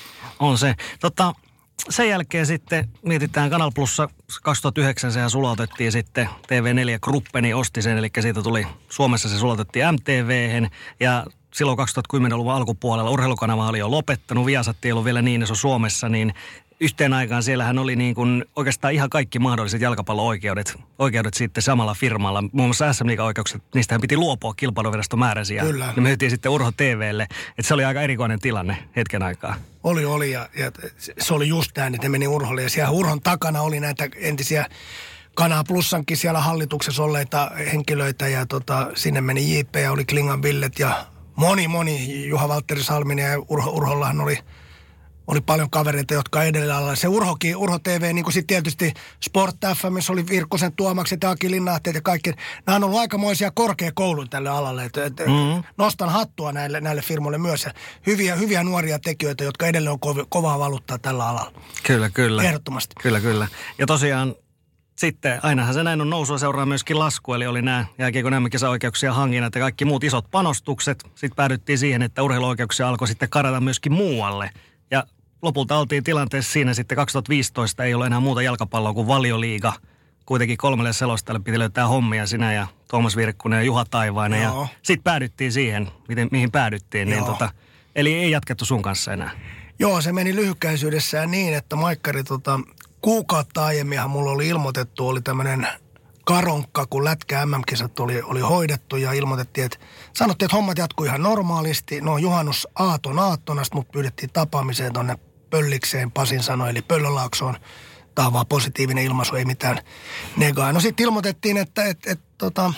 on se. Tota, sen jälkeen sitten mietitään Kanal Plussa kaksituhattayhdeksän, sehän sulautettiin sitten T V neljä Gruppeni osti sen, eli siitä tuli, Suomessa se sulautettiin M T V:hen ja silloin kaksituhattakymmenluvun alkupuolella urheilukanava oli jo lopettanut, Viasat ei ollut vielä niin iso Suomessa, niin yhteen aikaan siellähän oli niin kuin oikeastaan ihan kaikki mahdolliset jalkapallo-oikeudet oikeudet sitten samalla firmalla. Muun muassa S M-liiga-oikeukset, niistähän piti luopua kilpailuvirasto määräsi ja ne myytiin sitten Urho T V:lle. Että se oli aika erikoinen tilanne hetken aikaa. Oli, oli ja, ja se oli just näin, että ne meni Urholle ja siellä Urhon takana oli näitä entisiä Kanal Plussankin siellä hallituksessa olleita henkilöitä ja tota, sinne meni J P ja oli Klingan Villet ja moni, moni, Juha Valtteri Salminen ja Urho, Urhollahan oli, oli paljon kavereita, jotka edelleen alla. Se Urhokin, Urho T V, niin kuin sitten tietysti Sport F M, missä oli Virkkosen Tuomakset ja Aki Linnahteet ja kaikki. Nämä on ollut aikamoisia korkeakoulun tälle alalle. Et, et, mm-hmm. Nostan hattua näille, näille firmoille myös. Ja hyviä, hyviä nuoria tekijöitä, jotka edelleen on ko- kovaa valuuttaa tällä alalla. Kyllä, kyllä. Ehdottomasti. Kyllä, kyllä. Ja tosiaan sitten ainahan se näin on nousua seuraa myöskin lasku, eli oli nämä jääkiekon M M-kisaoikeuksia hankinnat ja kaikki muut isot panostukset. Sitten päädyttiin siihen, että urheiluoikeuksia alkoi sitten karata myöskin muualle. Ja lopulta oltiin tilanteessa siinä sitten kaksituhattaviisitoista ei ole enää muuta jalkapalloa kuin Valioliiga. Kuitenkin kolmelle selostajalle piti löytää hommia sinä ja Tuomas Virkkunen ja Juha Taivainen. Joo. Ja sitten päädyttiin siihen, miten, mihin päädyttiin. Niin tota, eli ei jatkettu sun kanssa enää. Joo, se meni lyhykäisyydessään niin, että Maikkari tota, kuukautta aiemminhan mulla oli ilmoitettu, oli tämmöinen karonkka, kun lätkä M M-kisat oli, oli hoidettu ja ilmoitettiin, että sanottiin, että hommat jatkuu ihan normaalisti. No juhannus aaton aattona, mut pyydettiin tapaamiseen tonne Pöllikseen, Pasin sanoi, eli Pöllölaaksoon. Tämä on vaan positiivinen ilmaisu, ei mitään negaa. No sitten ilmoitettiin, että et, et, tota,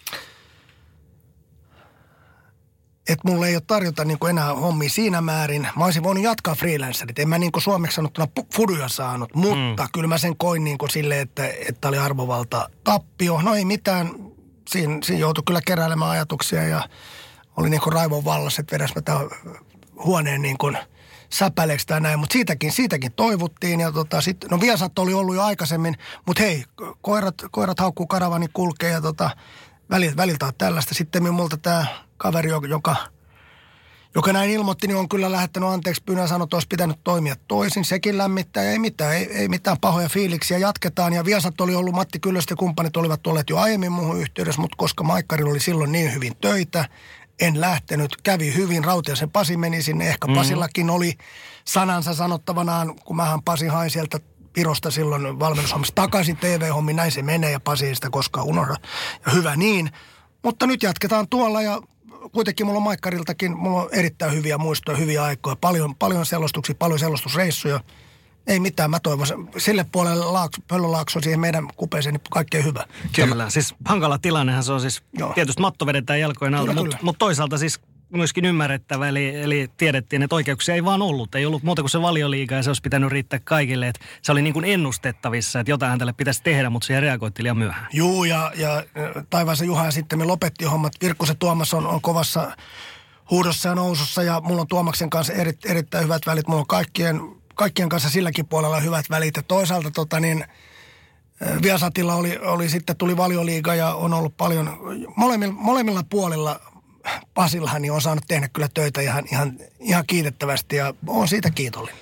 että mulla ei ole tarjota niin kuin enää hommia siinä määrin. Mä olisin voinut jatkaa freelancerit. En mä niin kuin suomeksi sanottuna fuduja saanut, mutta mm. kyllä mä sen koin niin kuin silleen, että, että oli arvovalta tappio. No ei mitään. Siinä, siinä joutui kyllä keräilemään ajatuksia ja oli niin kuin raivon vallassa, että vedäs mä tämän huoneen niin kuin säpäleeksi tai näin. Mutta siitäkin, siitäkin toivuttiin ja tota sit, no Viasat oli ollut jo aikaisemmin, mutta hei, koirat, koirat haukkuu karavani kulkee ja tota väliltä, väliltä on tällaista. Sitten minulta tämä kaveri, joka, joka näin ilmoitti, niin on kyllä lähettänyt anteeksi pyynnön ja sanonut, että olisi pitänyt toimia toisin. Sekin lämmittää ja ei mitään, ei, ei mitään pahoja fiiliksiä. Jatketaan ja Viasat oli ollut, Matti Kyllöstä ja kumppanit olivat olleet jo aiemmin muuhun yhteydessä, mutta koska Maikkarilla oli silloin niin hyvin töitä, en lähtenyt. Kävi hyvin, Rautiaisen Pasi meni sinne. Ehkä Pasillakin oli sanansa sanottavanaan, kun mähän Pasi hain sieltä Virosta silloin valmennushommissa takaisin T V-hommiin. Näin se menee ja Pasi ei sitä koskaan unohda. Ja hyvä niin. Mutta nyt jatketaan tuolla ja kuitenkin mulla on Maikkariltakin, mulla on erittäin hyviä muistoja, hyviä aikoja. Paljon, paljon selostuksia, paljon selostusreissuja. Ei mitään, mä toivon. Sille puolelle laakso, Pöllölaakso siihen meidän kupeeseen, niin kaikkein hyvä. Kyllä, siis hankala tilannehan se on siis, Joo. tietysti matto vedetään jalkojen alta, mutta mut toisaalta siis myöskin ymmärrettävä, eli, eli tiedettiin, että oikeuksia ei vaan ollut. Ei ollut muuta kuin se Valioliiga ja se olisi pitänyt riittää kaikille. Että se oli niin kuin ennustettavissa, että jotain tälle pitäisi tehdä, mutta siihen reagoitti liian myöhään. Juu, ja, ja Taivaisen Juha sitten me lopetti hommat. Virkkusen Tuomas on, on kovassa huudossa ja nousussa ja mulla on Tuomaksen kanssa eri, erittäin hyvät välit. Mulla on kaikkien... Kaikkien kanssa silläkin puolella hyvät välit. Ja toisaalta tota niin, Viasatilla oli, oli sitten tuli Valioliiga ja on ollut paljon, molemmilla, molemmilla puolilla Pasillahan niin on saanut tehdä kyllä töitä ihan, ihan, ihan kiitettävästi ja on siitä kiitollinen.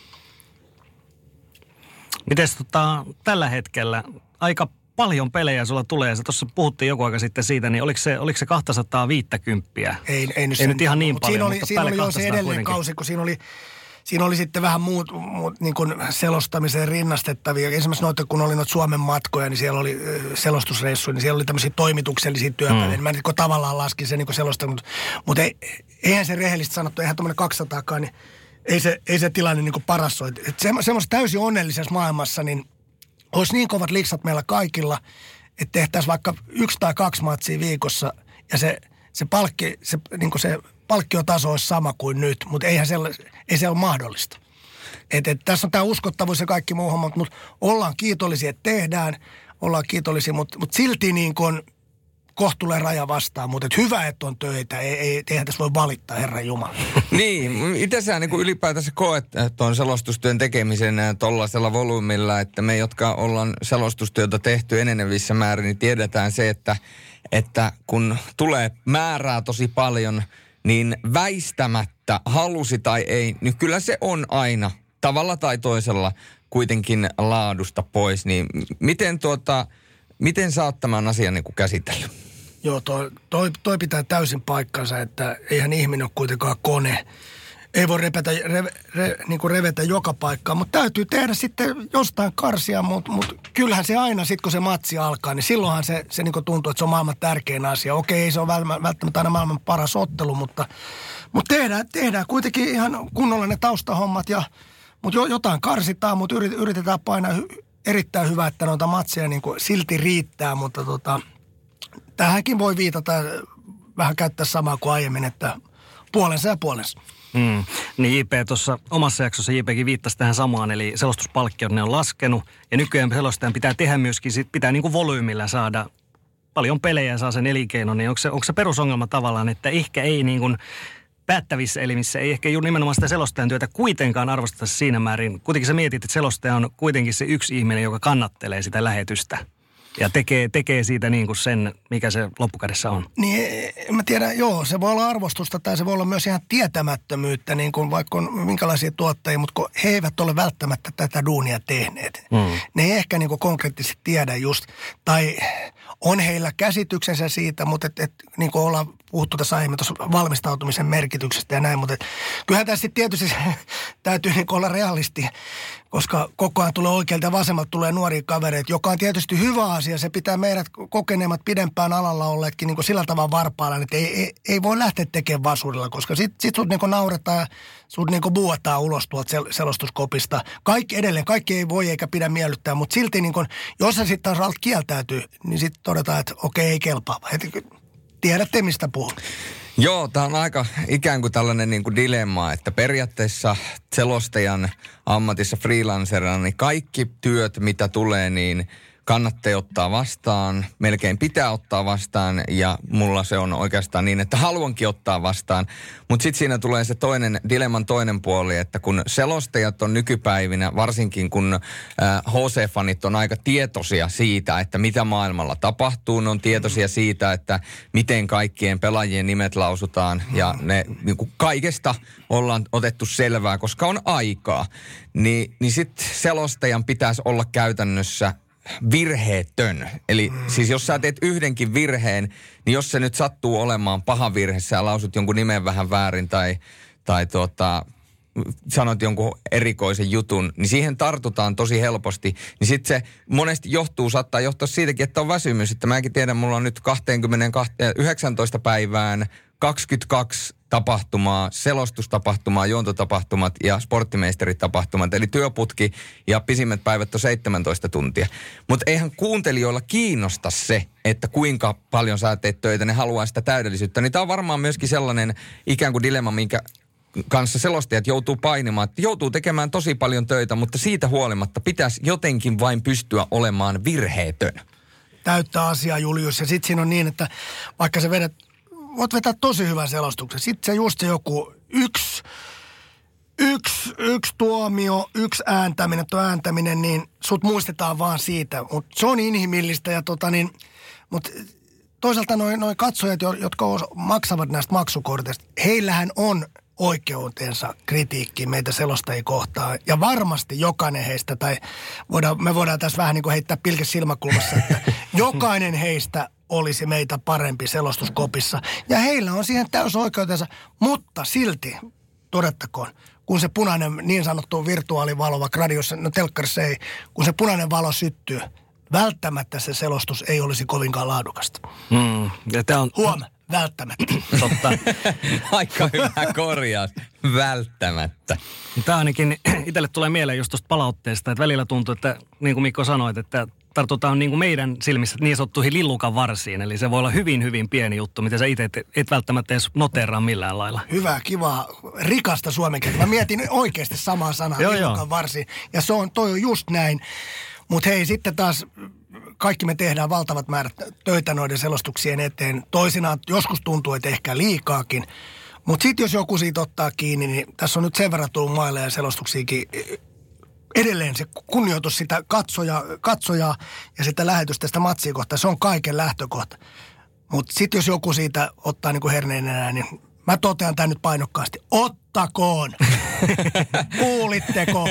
Mites tota, tällä hetkellä aika paljon pelejä sulla tulee. Sä tuossa puhuttiin joku aika sitten siitä, niin oliko se, oliko se kaksisataaviisikymmentä? Ei, ei nyt, ei nyt ihan niin paljon, siinä oli, mutta siinä oli jo se edellinen kuitenkin. Kausi, kun siinä oli Siinä oli sitten vähän muut, muut niin kuin selostamiseen rinnastettavia. Esimerkiksi noita, kun oli noita Suomen matkoja, niin siellä oli selostusreissuja, niin siellä oli tämmöisiä toimituksellisia työpäiviä. Mm. Mä niin tavallaan laskin sen niin selostaa, mutta, mutta ei, eihän se rehellisesti sanottu, eihän tuommoinen kaksisataakaan, niin ei se, ei se tilanne niin kuin paras ole. Että se, semmoisessa täysin onnellisessa maailmassa, niin olisi niin kovat liksat meillä kaikilla, että tehtäisiin vaikka yksi tai kaksi matsia viikossa ja se, se palkki, se, niin kuin se palkkiotaso olisi sama kuin nyt, mutta eihän se, ei se ole mahdollista. Et, et, tässä on tämä uskottavuus ja kaikki muu homma, mutta ollaan kiitollisia, että tehdään, ollaan kiitollisia, mutta, mutta silti niin kuin kohtuullinen raja vastaan, mutta et hyvä, että on töitä, ei, ei, eihän tässä voi valittaa, Herran Jumala. Niin, itse sä niin ylipäätänsä koet tuon selostustyön tekemisen tuollaisella volyymilla, että me, jotka ollaan selostustyötä tehty enenevissä määrin, niin tiedetään se, että, että kun tulee määrää tosi paljon, niin väistämättä, halusi tai ei, niin kyllä se on aina tavalla tai toisella kuitenkin laadusta pois. Niin miten, tuota, miten sä oot tämän asian niin kuin käsitellyt? Joo, toi, toi, toi pitää täysin paikkansa, että eihän ihminen ole kuitenkaan kone. Ei voi repetä, re, re, niin kuin revetä joka paikkaan, mutta täytyy tehdä sitten jostain karsia, mutta mut kyllähän se aina sitten, kun se matsi alkaa, niin silloinhan se, se niin kuin tuntuu, että se on maailman tärkein asia. Okei, ei se ole välttämättä aina maailman paras ottelu, mutta, mutta tehdään, tehdään kuitenkin ihan kunnolla ne taustahommat, ja, mutta jo, jotain karsitaan, mutta yritetään painaa hy, erittäin hyvää, että noita matseja niin kuin silti riittää, mutta tota, tähänkin voi viitata, vähän käyttää samaa kuin aiemmin, että puolensa ja puolensa. Mm. Niin J P tuossa omassa jaksossa J P:kin viittasi tähän samaan, eli selostuspalkkiot ne on laskenut. Ja nykyään selostajan pitää tehdä myöskin, sit pitää niin kuin volyymillä saada paljon pelejä ja saa sen elinkeinon. Niin onko se, onko se perusongelma tavallaan, että ehkä ei niin kuin päättävissä elimissä, ei ehkä juuri nimenomaan sitä selostajan työtä kuitenkaan arvosteta siinä määrin. Kuitenkin sä mietit, että selostaja on kuitenkin se yksi ihminen, joka kannattelee sitä lähetystä. Ja tekee, tekee siitä niin kuin sen, mikä se loppukädessä on. Niin, mä tiedän, joo, se voi olla arvostusta tai se voi olla myös ihan tietämättömyyttä, niin kuin vaikka on minkälaisia tuottajia, mutta kun he eivät ole välttämättä tätä duunia tehneet. Mm. Ne ei ehkä niin kuin konkreettisesti tiedä just, tai on heillä käsityksensä siitä, mutta et, et, niin kuin ollaan puhuttu tässä aiemmin tuossa valmistautumisen merkityksestä ja näin, mutta et, kyllähän tässä tietysti täytyy niin kuin olla realisti, koska koko ajan tulee oikealta ja vasemmalta tulee nuoria kavereita, joka on tietysti hyvä asia. Se pitää meidät kokeneemmat pidempään alalla olleetkin niin kuin sillä tavalla varpailla, että ei, ei, ei voi lähteä tekemään vasurilla, koska sit, sit sut niin kuin nauretaan, sut niin kuin buuataan ulos tuolta sel- selostuskopista. Kaikki edelleen, kaikki ei voi eikä pidä miellyttää, mutta silti niin kuin, jos se sitten taas alta kieltäytyy, niin sitten todetaan, että okei, ei kelpaa. Et, tiedätte, mistä puhun. Joo, tämä on aika ikään kuin tällainen niin kuin dilemma, että periaatteessa selostajan ammatissa freelancerina, niin kaikki työt, mitä tulee, niin kannattaa ottaa vastaan, melkein pitää ottaa vastaan ja mulla se on oikeastaan niin, että haluankin ottaa vastaan. Mutta sitten siinä tulee se toinen, dilemman toinen puoli, että kun selostajat on nykypäivinä, varsinkin kun äh, H C-fanit on aika tietoisia siitä, että mitä maailmalla tapahtuu, ne on tietoisia siitä, että miten kaikkien pelaajien nimet lausutaan ja ne niin kuin kaikesta ollaan otettu selvää, koska on aikaa. Ni, niin sitten selostajan pitäisi olla käytännössä virheetön. Eli mm. siis jos sä teet yhdenkin virheen, niin jos se nyt sattuu olemaan paha virhe, sä lausut jonkun nimen vähän väärin tai, tai tuota, sanot jonkun erikoisen jutun, niin siihen tartutaan tosi helposti. Niin sitten se monesti johtuu, saattaa johtaa siitäkin, että on väsymys. Että mäkin tiedän, mulla on nyt kaksikymmentä, yhdeksäntoista päivään kaksikymmentäkaksi tapahtumaa, selostustapahtumaa, juontotapahtumat ja sporttimeisteritapahtumat. Eli työputki ja pisimmät päivät on seitsemäntoista tuntia. Mutta eihän kuuntelijoilla kiinnosta se, että kuinka paljon sä teet töitä, ne haluaa sitä täydellisyyttä. Niin tää on varmaan myöskin sellainen ikään kuin dilemma, minkä kanssa selostajat joutuu painimaan, että joutuu tekemään tosi paljon töitä, mutta siitä huolimatta pitäisi jotenkin vain pystyä olemaan virheetön. Täyttä asiaa, Julius. Ja sitten siinä on niin, että vaikka sä vedät, voit vetää tosi hyvän selostuksen. Sitten se just se joku yksi, yksi, yksi tuomio, yksi ääntäminen, tuo ääntäminen, niin sut muistetaan vaan siitä. Mutta se on inhimillistä ja tota niin, mutta toisaalta noin noi katsojat, jotka maksavat näistä maksukorteista, heillähän on oikeutensa kritiikkiin meitä selostajia kohtaan. Ja varmasti jokainen heistä, tai voidaan, me voidaan tässä vähän niin kuin heittää pilke silmäkulmassa, että jokainen heistä olisi meitä parempi selostuskopissa. Ja heillä on siihen täys oikeutensa, mutta silti, todettakoon, kun se punainen niin sanottu virtuaalivalo, vaikka radiossa, no telkkarissa ei, kun se punainen valo syttyy, välttämättä se selostus ei olisi kovinkaan laadukasta. Mm, ja tää on... Huom, välttämättä. Totta. Aika hyvä korjaus. Välttämättä. Tämä ainakin itselle tulee mieleen just tuosta palautteesta, että välillä tuntuu, että niin kuin Mikko sanoit, että tartutaan niin kuin meidän silmissä niin sanottuihin lillukan varsiin. Eli se voi olla hyvin, hyvin pieni juttu, mitä sä itse et, et välttämättä edes noteeraa millään lailla. Hyvä, kiva, rikasta suomen kieltä. Mä mietin oikeasti samaa sanaa, lillukan varsiin. Ja se on, toi on just näin. Mutta hei, sitten taas kaikki me tehdään valtavat määrät töitä noiden selostuksien eteen. Toisinaan joskus tuntuu, että ehkä liikaakin. Mutta sitten jos joku siitä ottaa kiinni, niin tässä on nyt sen verran tullut maille ja selostuksiakin edelleen se kunnioitus sitä katsoja, katsojaa ja sitä lähetystä, sitä matsia kohtaa. Se on kaiken lähtökohta. Mutta sitten jos joku siitä ottaa niin kuin herneen enää, niin mä totean tämän nyt painokkaasti. Ottakoon! Kuulitteko?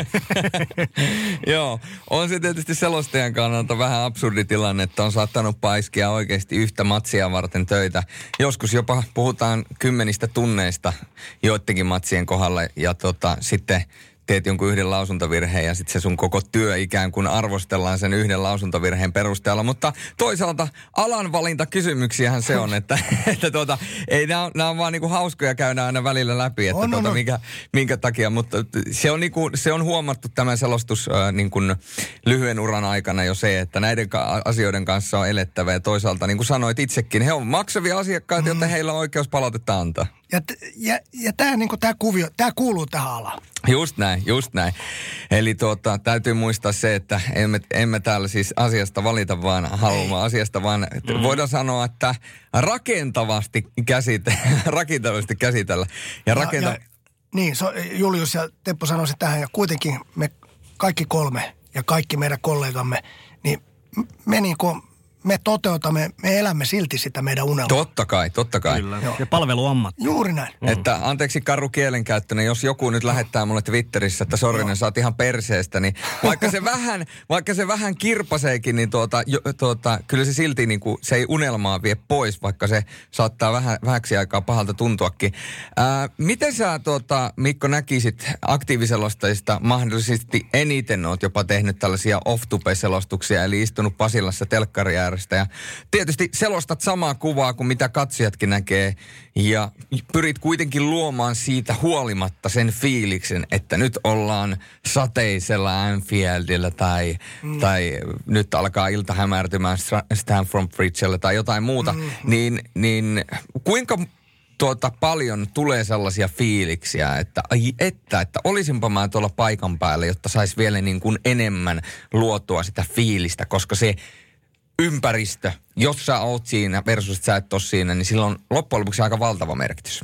Joo, on se tietysti selostajan kannalta vähän absurdi tilanne, että on saattanut paiskia oikeasti yhtä matsia varten töitä. Joskus jopa puhutaan kymmenistä tunneista joidenkin matsien kohdalla ja tota, sitten teet jonkun yhden lausuntovirheen ja sitten se sun koko työ ikään kuin arvostellaan sen yhden lausuntovirheen perusteella. Mutta toisaalta alanvalintakysymyksiähän se on, että, että tuota, ei nämä on, nämä on vaan niinku hauskoja käydä aina välillä läpi, että on, tuota, on, minkä, minkä takia. Mutta se on, niinku, se on huomattu tämän selostus äh, niinku lyhyen uran aikana jo se, että näiden ka- asioiden kanssa on elettävä. Ja toisaalta, niin kuin sanoit itsekin, he on maksavia asiakkaita, mm. jotta heillä on oikeus palautetta antaa. Ja, ja, ja tämä niinku, kuvio, tämä kuuluu tähän alaan. Just näin, just näin. Eli tuota, täytyy muistaa se, että emme, emme täällä siis asiasta valita vaan haluamaan asiasta, vaan mm. voidaan sanoa, että rakentavasti, käsite, rakentavasti käsitellä. Ja rakenta... ja, ja, niin, so, Julius ja Teppo sanoisi tähän, ja kuitenkin me kaikki kolme ja kaikki meidän kollegamme, niin me niin kuin... Me toteutamme, me elämme silti sitä meidän unelmaa. Totta kai, totta kai. Kyllä. Ja palveluammatti. Juuri näin. Mm. Että anteeksi karru kielenkäyttöinen, jos joku nyt lähettää mulle Twitterissä, että sorinen, sä oot ihan perseestä, niin vaikka se vähän, vaikka se vähän kirpaseekin, niin tuota, jo, tuota, kyllä se silti niin kuin, se ei unelmaa vie pois, vaikka se saattaa vähän, vähäksi aikaa pahalta tuntuakin. Ää, miten sä tuota, Mikko näkisit aktiiviselostajista mahdollisesti eniten oot jopa tehnyt tällaisia off-tube-selostuksia, eli istunut Pasilassa telkkari ääressä ja tietysti selostat samaa kuvaa kuin mitä katsojatkin näkee ja pyrit kuitenkin luomaan siitä huolimatta sen fiiliksen, että nyt ollaan sateisella Anfieldillä tai, mm. tai nyt alkaa ilta hämärtymään Stamford Bridgellä tai jotain muuta, mm. niin, niin kuinka tuota paljon tulee sellaisia fiiliksiä, että ai että, että olisinpa mä tuolla paikan päällä, jotta sais vielä niin kuin enemmän luotua sitä fiilistä, koska se ympäristö, jos sä oot siinä versus että sä et ole siinä, niin sillä on loppujen lopuksi aika valtava merkitys.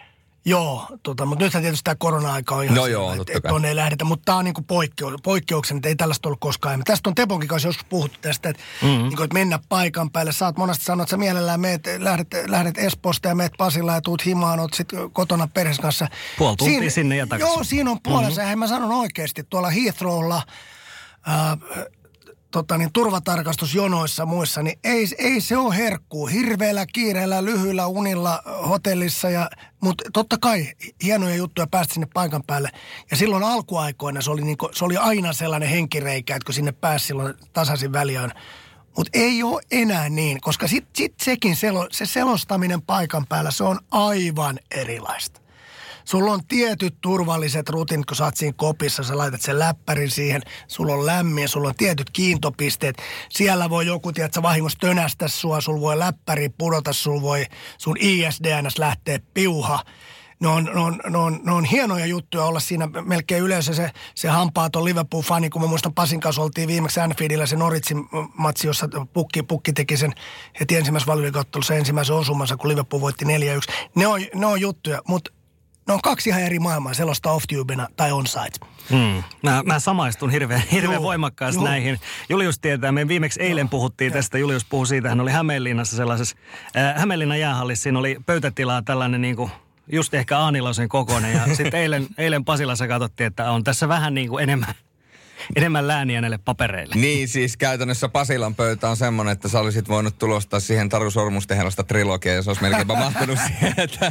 Joo, tota, mutta nythän tietysti tämä korona-aika on ihan no joo, että et tuonne ei lähdetä, mutta tämä on niinku poikkeu, poikkeuksen, että ei tällaista ollut koskaan. Tästä on Teponkin kanssa joskus puhuttu tästä, että, mm-hmm. niinku, että mennä paikan päälle. Sä oot monesti sanonut, että sä mielellään meet, lähdet, lähdet Espoosta ja meet Pasilla ja tuut himaan, oot sit kotona perheessä kanssa. Puoli tuntia siinä, sinne ja takaisin. Joo, siinä on puolensa. Mm-hmm. Mä sanon oikeasti, tuolla Heathrowlla... Äh, tota, niin turvatarkastusjonoissa muissa, niin ei, ei se ole herkkuu. Hirveällä, kiireellä, lyhyillä unilla hotellissa, ja, mutta totta kai hienoja juttuja päästä sinne paikan päälle. Ja silloin alkuaikoina se oli, niin kuin, se oli aina sellainen henkireikä, että kun sinne pääsi silloin tasaisin väliään. Mutta ei ole enää niin, koska sitten sit sekin selo, se selostaminen paikan päällä, se on aivan erilaista. Sulla on tietyt turvalliset rutinit, kun sä oot siinä kopissa, sä laitat sen läppärin siihen, sulla on lämmin, sulla on tietyt kiintopisteet. Siellä voi joku, tiedätkö, vahingossa tönästä sua, sulla voi läppäri pudota, sulla voi sun I S D N S lähteä piuha. Ne on, ne, on, ne, on, ne on hienoja juttuja olla siinä melkein yleensä se, se hampaaton Liverpool-fani, kun mä muistan Pasin kanssa oltiin viimeksi Anfieldillä se Norwichin matsi, jossa pukki, pukki teki sen heti ensimmäisessä valioliigaottelussa ensimmäisen osumansa, kun Liverpool voitti neljä yksi. Ne on, ne on juttuja, mutta ne on kaksi ihan eri maailmaa, sellaista off-tubena tai on-site. Hmm. Mä, mä samaistun hirveän, hirveän voimakkaasti Joo. näihin. Julius tietää, me viimeksi eilen Joo. puhuttiin Joo. tästä, Julius puhui siitä, hän oli Hämeenlinnassa sellaisessa, äh, Hämeenlinnan jäähallissa, siinä oli pöytätilaa tällainen niin kuin just ehkä Aanilaisen kokoinen, ja sitten eilen, eilen Pasilassa katsottiin, että on tässä vähän niin kuin enemmän, enemmän lääniä näille papereille. Niin, siis käytännössä Pasilan pöytä on semmoinen, että sä olisit voinut tulostaa siihen Taru Sormustenherrasta trilogiaa, ja se olisi melkeinpä mahtunut siihen, että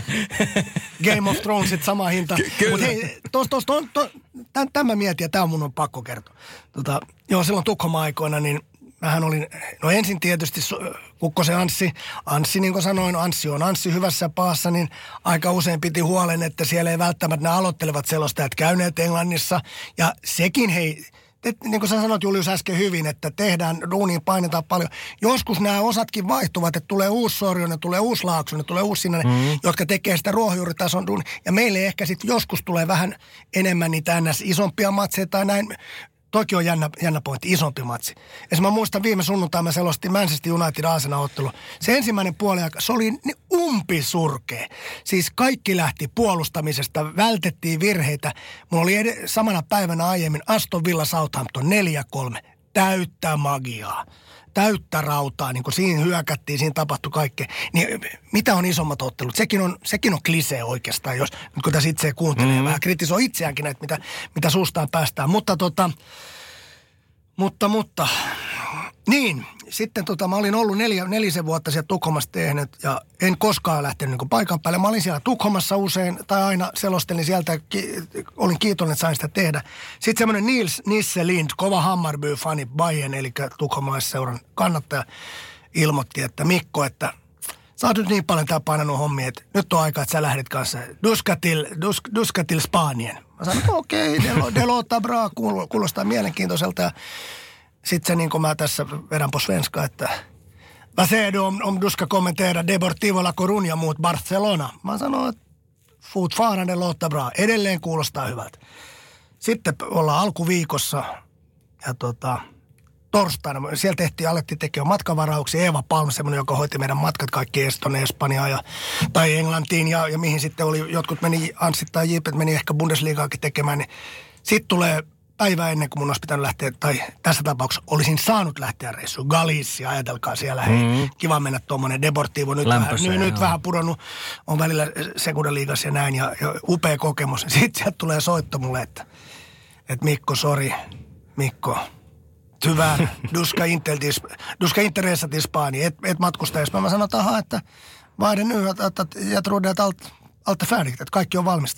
Game of Thronesit sama hinta. Ky- Mutta hei, tos, tos, to, to, tämän, tämän mä mietin, ja tämä mun on pakko kertoa. Tota, joo, silloin Tukholma-aikoina, niin mähän olin, no ensin tietysti Kukkosen Anssi, Anssi niin kuin sanoin, Anssi on Anssi hyvässä paassa, niin aika usein piti huolen, että siellä ei välttämättä nämä aloittelevat selostajat käyneet Englannissa. Ja sekin hei, te, niin kuin sä sanoit Julius äsken hyvin, että tehdään duuniin, painetaan paljon. Joskus nämä osatkin vaihtuvat, että tulee uusi Sorjonen, tulee uusi Laaksonen, tulee uusi Sinnanen, mm-hmm. jotka tekee sitä ruohonjuuritason duunia. Ja meille ehkä sitten joskus tulee vähän enemmän niitä ns. Isompia matseja tai näin. Toki on jännä, jännä pointti, isompi matsi. Ja mä muistan viime sunnuntaina mä selostin Manchester United Arsenal-ottelu. Se ensimmäinen puoliaika, se oli niin umpisurkea. Siis kaikki lähti puolustamisesta, vältettiin virheitä. Mulla oli ed- samana päivänä aiemmin Aston Villa Southampton neljä kolme. Täyttä magiaa. Täyttä rautaa, niin kun siinä hyökättiin, siinä tapahtui kaikkea. Niin mitä on isommat ottelut? Sekin on, sekin on klisee oikeastaan, jos nyt kun tässä itse kuuntelee mm-hmm. vähän kritisoi itseäänkin näitä, mitä, mitä suustaan päästään. Mutta tota, mutta, mutta, niin, sitten tota, mä olin ollut neljä, nelisen vuotta siellä Tukholmassa tehnyt ja en koskaan lähtenyt niin paikan päälle. Mä olin siellä Tukholmassa usein tai aina selostelin sieltä, ki, olin kiitollinen, että sain sitä tehdä. Sitten semmoinen Niels Nisse-Lind, kova Hammarby-fani Bayern, eli tukholmalaisseuran kannattaja, ilmoitti, että Mikko, että sä oot nyt niin paljon tää painanut hommia, että nyt on aika, että sä lähdet kanssa Duskatil, dus, Duskatil Spanien. Mä sanoin, että okei, okay, Delota Bra, kuulostaa mielenkiintoiselta. Ja sitten se niin kuin mä tässä vedän på svenska, että vad säger du om, om du ska kommentera Deportivo La Coruña mot Barcelona? Mä sanoin, että fortfarande låter bra. Edelleen kuulostaa hyvältä. Sitten ollaan alkuviikossa ja tota, torstaina, siellä tehtiin, alettiin tekemään matkavarauksia. Eeva Palm, semmoinen, joka hoiti meidän matkat kaikki Estoneen, Espanjaan ja, tai Englantiin ja, ja mihin sitten oli, jotkut meni, Anssit tai Jipet meni ehkä Bundesligaakin tekemään, niin sitten tulee päivä ennen kuin mun olisi pitänyt lähteä, tai tässä tapauksessa olisin saanut lähteä reissuun. Galicia, ajatelkaa siellä, hei, mm-hmm. kiva mennä tuommoinen Deportivo, nyt, Lämpöseen, vähän, nyt vähän pudonnut, on välillä Segunda-liigassa ja näin, ja, ja upea kokemus. Sitten sieltä tulee soitto mulle, että, että Mikko, sori, Mikko, tyvärr, du ska inte, du ska inte resa till Spanien, et, et matkusta edes. Mä sanon, että että vad är det nu, att, att, att jag trodde att allt, allt är färdigt, että kaikki on valmista.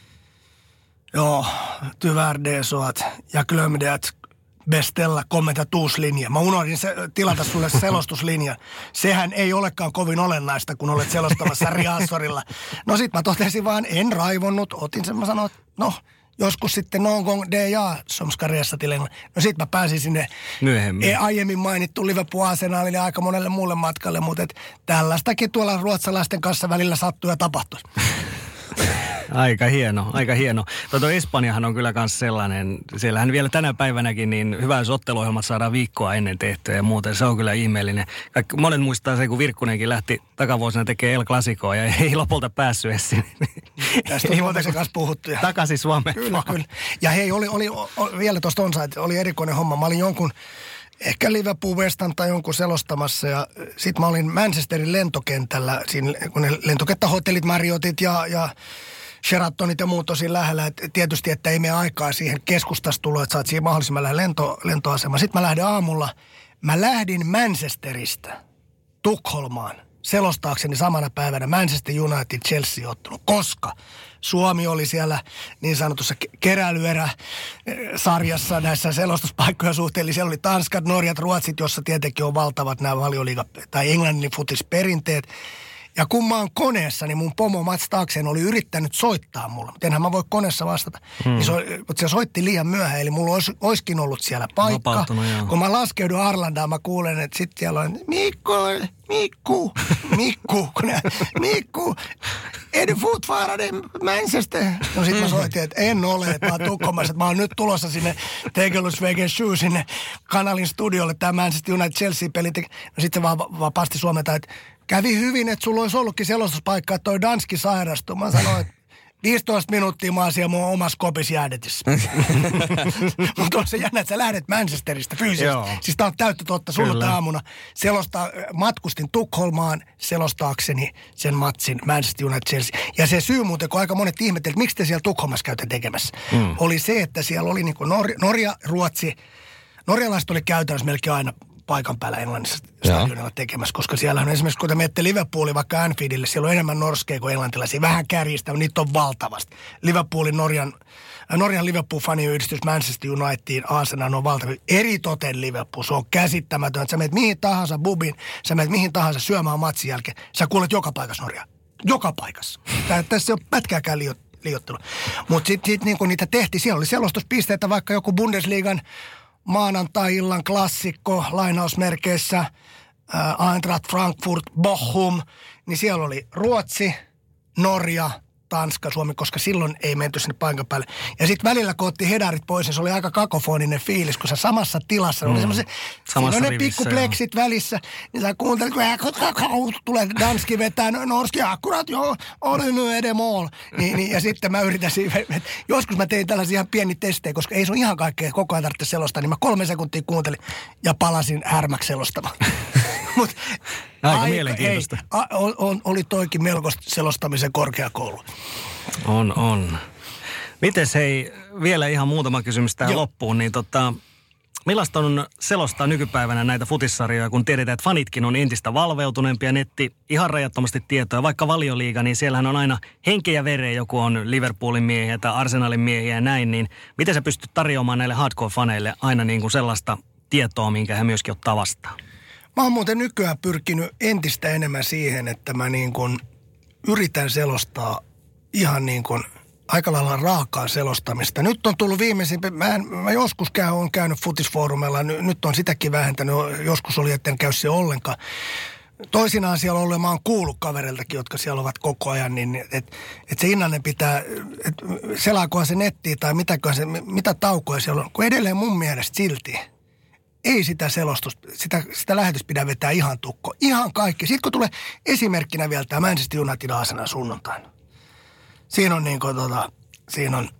Joo, tyvärr det är så att jag glömde att beställa kommentatorslinja. Mä unohdin se, tilata sulle selostuslinja. Sehän ei olekaan kovin olennaista, kun olet selostamassa Riazorilla. No sit mä totesin vaan, en raivonnut. Otin sen, mä sanoin, että no, joskus sitten någon gång det jag som ska resa till England. No sit mä pääsin sinne myöhemmin. Ei aiemmin mainittu Liverpool Arsenalille ja aika monelle muulle matkalle, mutta et tällaistakin tuolla ruotsalaisten kanssa välillä sattuu ja tapahtuu. Aika hieno, aika hieno. Toto Espanjahan on kyllä myös sellainen, siellähän vielä tänä päivänäkin niin hyvä, jos otteluohjelmat saadaan viikkoa ennen tehtyä ja muuten. Se on kyllä ihmeellinen. Kaikki, monet muistaa se, kun Virkkunenkin lähti takavuosina tekemään El Clasicoa ja ei lopulta päässyt edes sinne. Tästä on Suomessa kanssa puhuttu. Ja takaisin Suomeen. Kyllä, kyllä. Ja hei, oli, oli, oli vielä tuosta onsite, oli erikoinen homma. Mä olin jonkun, ehkä Liverpool West Ham tai jonkun selostamassa ja sit mä olin Manchesterin lentokentällä, siinä kun ne lentokenttähotellit, Marriotit ja, ja Sheratonit ja muut tosi lähellä. Et tietysti, että ei mene aikaa siihen keskustasta tulla, että saat siihen mahdollisimman lähellä lento, lentoasemaan. Sitten mä lähdin aamulla. Mä lähdin Manchesterista Tukholmaan selostaakseni samana päivänä Manchester United Chelsea ottanut, koska Suomi oli siellä niin sanotussa keräilyerä-sarjassa näissä selostuspaikkoja suhteen. Eli siellä oli Tanskat, Norjat, Ruotsit, jossa tietenkin on valtavat nämä valioliiga- tai englannin futisperinteet. Ja kun mä oon koneessa, niin mun pomo Mats Takseen oli yrittänyt soittaa mulle. Mutta enhän mä voi koneessa vastata. Hmm. Niin se, mutta se soitti liian myöhään, eli mulla olisi, olisikin ollut siellä paikka. Kun mä laskeudun Arlandaan, mä kuulen, että sitten siellä on Mikko, Mikku, Mikku, kun ne, Mikku, är du fortfarande Manchester? No sit mä soitin, että en ole, että mä oon Tukholmassa, että mä oon nyt tulossa sinne Tegelus-Wegen Shoe sinne kanalin studiolle, tämä Manchester United Chelsea-peli. No sit se vaan vapaasti suomentaa, että kävi hyvin, että sulla olisi ollutkin selostuspaikka, että toi Danski sairastui. Mä sanoin, että viisitoista minuuttia mä oon siellä mun omassa kopissa jäädetissä. Mutta on se jännä, että sä lähdet Manchesterista fyysisesti. Joo. Siis tää on täyttä totta. Sunnuntai-aamuna selostaa, matkustin Tukholmaan selostaakseni sen matsin Manchester United Chelsea. Ja se syy muuten, kun aika monet ihmettelivät, että miksi te siellä Tukholmassa käytte tekemässä, mm. oli se, että siellä oli niin kuin Nor- Norja, Ruotsi. Norjalaiset oli käytännössä melkein aina paikan päällä Englannissa stadionilla tekemässä, koska siellä on esimerkiksi, kun te menette Liverpooliin vaikka Anfieldille, siellä on enemmän norskeja kuin englantilaisia, vähän kärjistä, mutta niitä on valtavasti. Liverpoolin, Norjan, Norjan Liverpool-faniyhdistys, Manchester United, Arsenal on valtavia. Eritoten Liverpool, se on käsittämätön. Sä menet mihin tahansa bubin, sä menet mihin tahansa syömään matsin jälkeen, sä kuulet joka paikassa Norjaa. Joka paikassa. Tää, tässä ei ole pätkääkään liio, liiottelu. Mutta sitten sit, niin kun niitä tehtiin, siellä oli selostuspisteitä, vaikka joku Bundesliigan maanantai-illan klassikko, lainausmerkeissä, äh, Eintracht Frankfurt, Bochum, niin siellä oli Ruotsi, Norja, Tanska, Suomi, koska silloin ei menty sinne paikan päälle. Ja sitten välillä kun otti hedarit pois, niin se oli aika kakofoninen fiilis, kun sä samassa tilassa, mm. oli semmoisen, siinä on ne pikkupleksit välissä, niin sä kuuntelit, kun tulee Danski vetää, Norski, akkurat, joo, oli nyt edemål. Niin, niin, ja sitten mä yritän, joskus mä tein tällaisia ihan pieni testejä, koska ei se ole ihan kaikkea koko ajan tarvitse selostaa, niin mä kolme sekuntia kuuntelin ja palasin härmäksi selostamaan. Mut, aika aika mielenkiintoista. Ei, a, on, oli toikin melkoista selostamisen korkeakoulu. On, on. Mites hei, vielä ihan muutama kysymys tähän Joo. loppuun, niin tota, millaista on selostaa nykypäivänä näitä futissarjoja, kun tiedetään, että fanitkin on entistä valveutuneempia, netti ihan rajattomasti tietoa, vaikka Valioliiga, niin siellähän on aina henkeä ja vereä, joku on Liverpoolin miehiä tai Arsenalin miehiä ja näin, niin miten sä pystyt tarjoamaan näille hardcore-faneille aina niin kuin sellaista tietoa, minkä he myöskin ottaa vastaan? Mä oon muuten nykyään pyrkinyt entistä enemmän siihen, että mä niin kuin yritän selostaa ihan niin kuin aika lailla raakaa selostamista. Nyt on tullut viimeisin, mä, en, mä joskus käy, on käynyt futisfoorumilla, nyt on sitäkin vähentänyt, joskus oli, etten käy se ollenkaan. Toisinaan siellä on ollut, mä oon kuullut kavereiltakin, jotka siellä ovat koko ajan, niin että et se innanen pitää, että selaakohan se nettiin tai mitäköhän se, mitä taukoja siellä on, kun edelleen mun mielestä silti. Ei sitä selostusta, sitä, sitä lähetystä pidä vetää ihan tukko. Ihan kaikki. Sitten kun tulee esimerkkinä vielä tämä Manchester United Arsenal sunnuntaina. Siinä on niin kuin tota, siinä on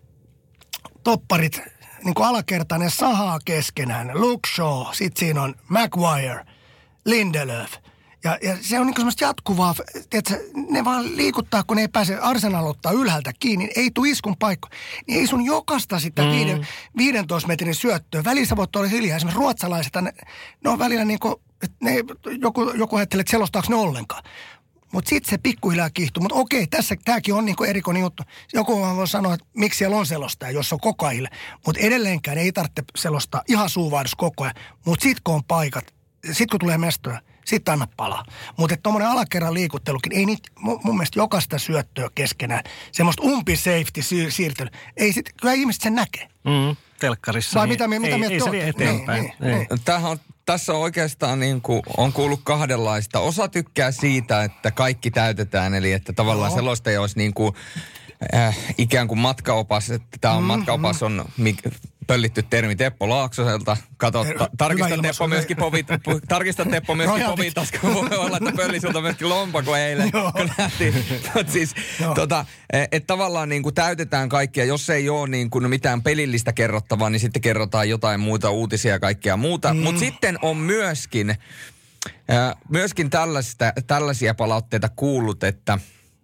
topparit, niin kuin alakertainen sahaa keskenään. Luke Shaw, sitten siinä on Maguire, Lindelöf. Ja, ja se on niin kuin semmoista jatkuvaa, että ne vaan liikuttaa, kun ne ei pääse Arsenal ottaa ylhäältä kiinni, ei tule iskun paikka. Niin ei sun jokasta sitä mm. viiden, viidentoista metrin syöttöä. Välissä voit olla hiljaa. Esimerkiksi ruotsalaiset, ne, ne on välillä niin kuin, ne, joku, joku ajattelee, että selostaako ne ollenkaan. Mutta sitten se pikkuhiljaa kiihtuu. Mutta okei, tässä tämäkin on niinku erikoinen juttu. Joku voi sanoa, että miksi siellä on selostaja, jos on koko ajan. Mutta edelleenkään ei tarvitse selostaa ihan suuvahdus koko ajan. Mutta sitten kun on paikat, sitten kun tulee mestoja, sitten anna palaa. Mutta tuommoinen alakerran liikuttelukin, ei niitä mun, mun mielestä jokaista syöttöä keskenään. Semmoista umpi-safety siirtely. Ei sit, kyllä ihmiset sen näkee. Mm, telkkarissa. Vai niin mitä, mitä ei, mieltä ei se vie eteenpäin. Niin, niin, niin. Tämähän on, tässä on oikeastaan niin kuin, on kuullut kahdenlaista. Osa tykkää siitä, että kaikki täytetään, eli että tavallaan no. selostaja olisi niin kuin, äh, ikään kuin matkaopas. Että tämä on mm, matkaopas on... Mik, pöllitty termi Teppo Laaksoselta. Kato, ta- tarkista Teppo myöskin povit, tarkista Teppo myöskin povitas, kun voi olla, että pölli sulta myöskin lompako eilen, kun nähtiin. siis, tota, että tavallaan niin kuin täytetään kaikkia. Jos ei ole niin kuin mitään pelillistä kerrottavaa, niin sitten kerrotaan jotain muuta uutisia ja kaikkea muuta. Mm. Mutta sitten on myöskin, äh, myöskin tällaista, tällaisia palautteita kuullut, että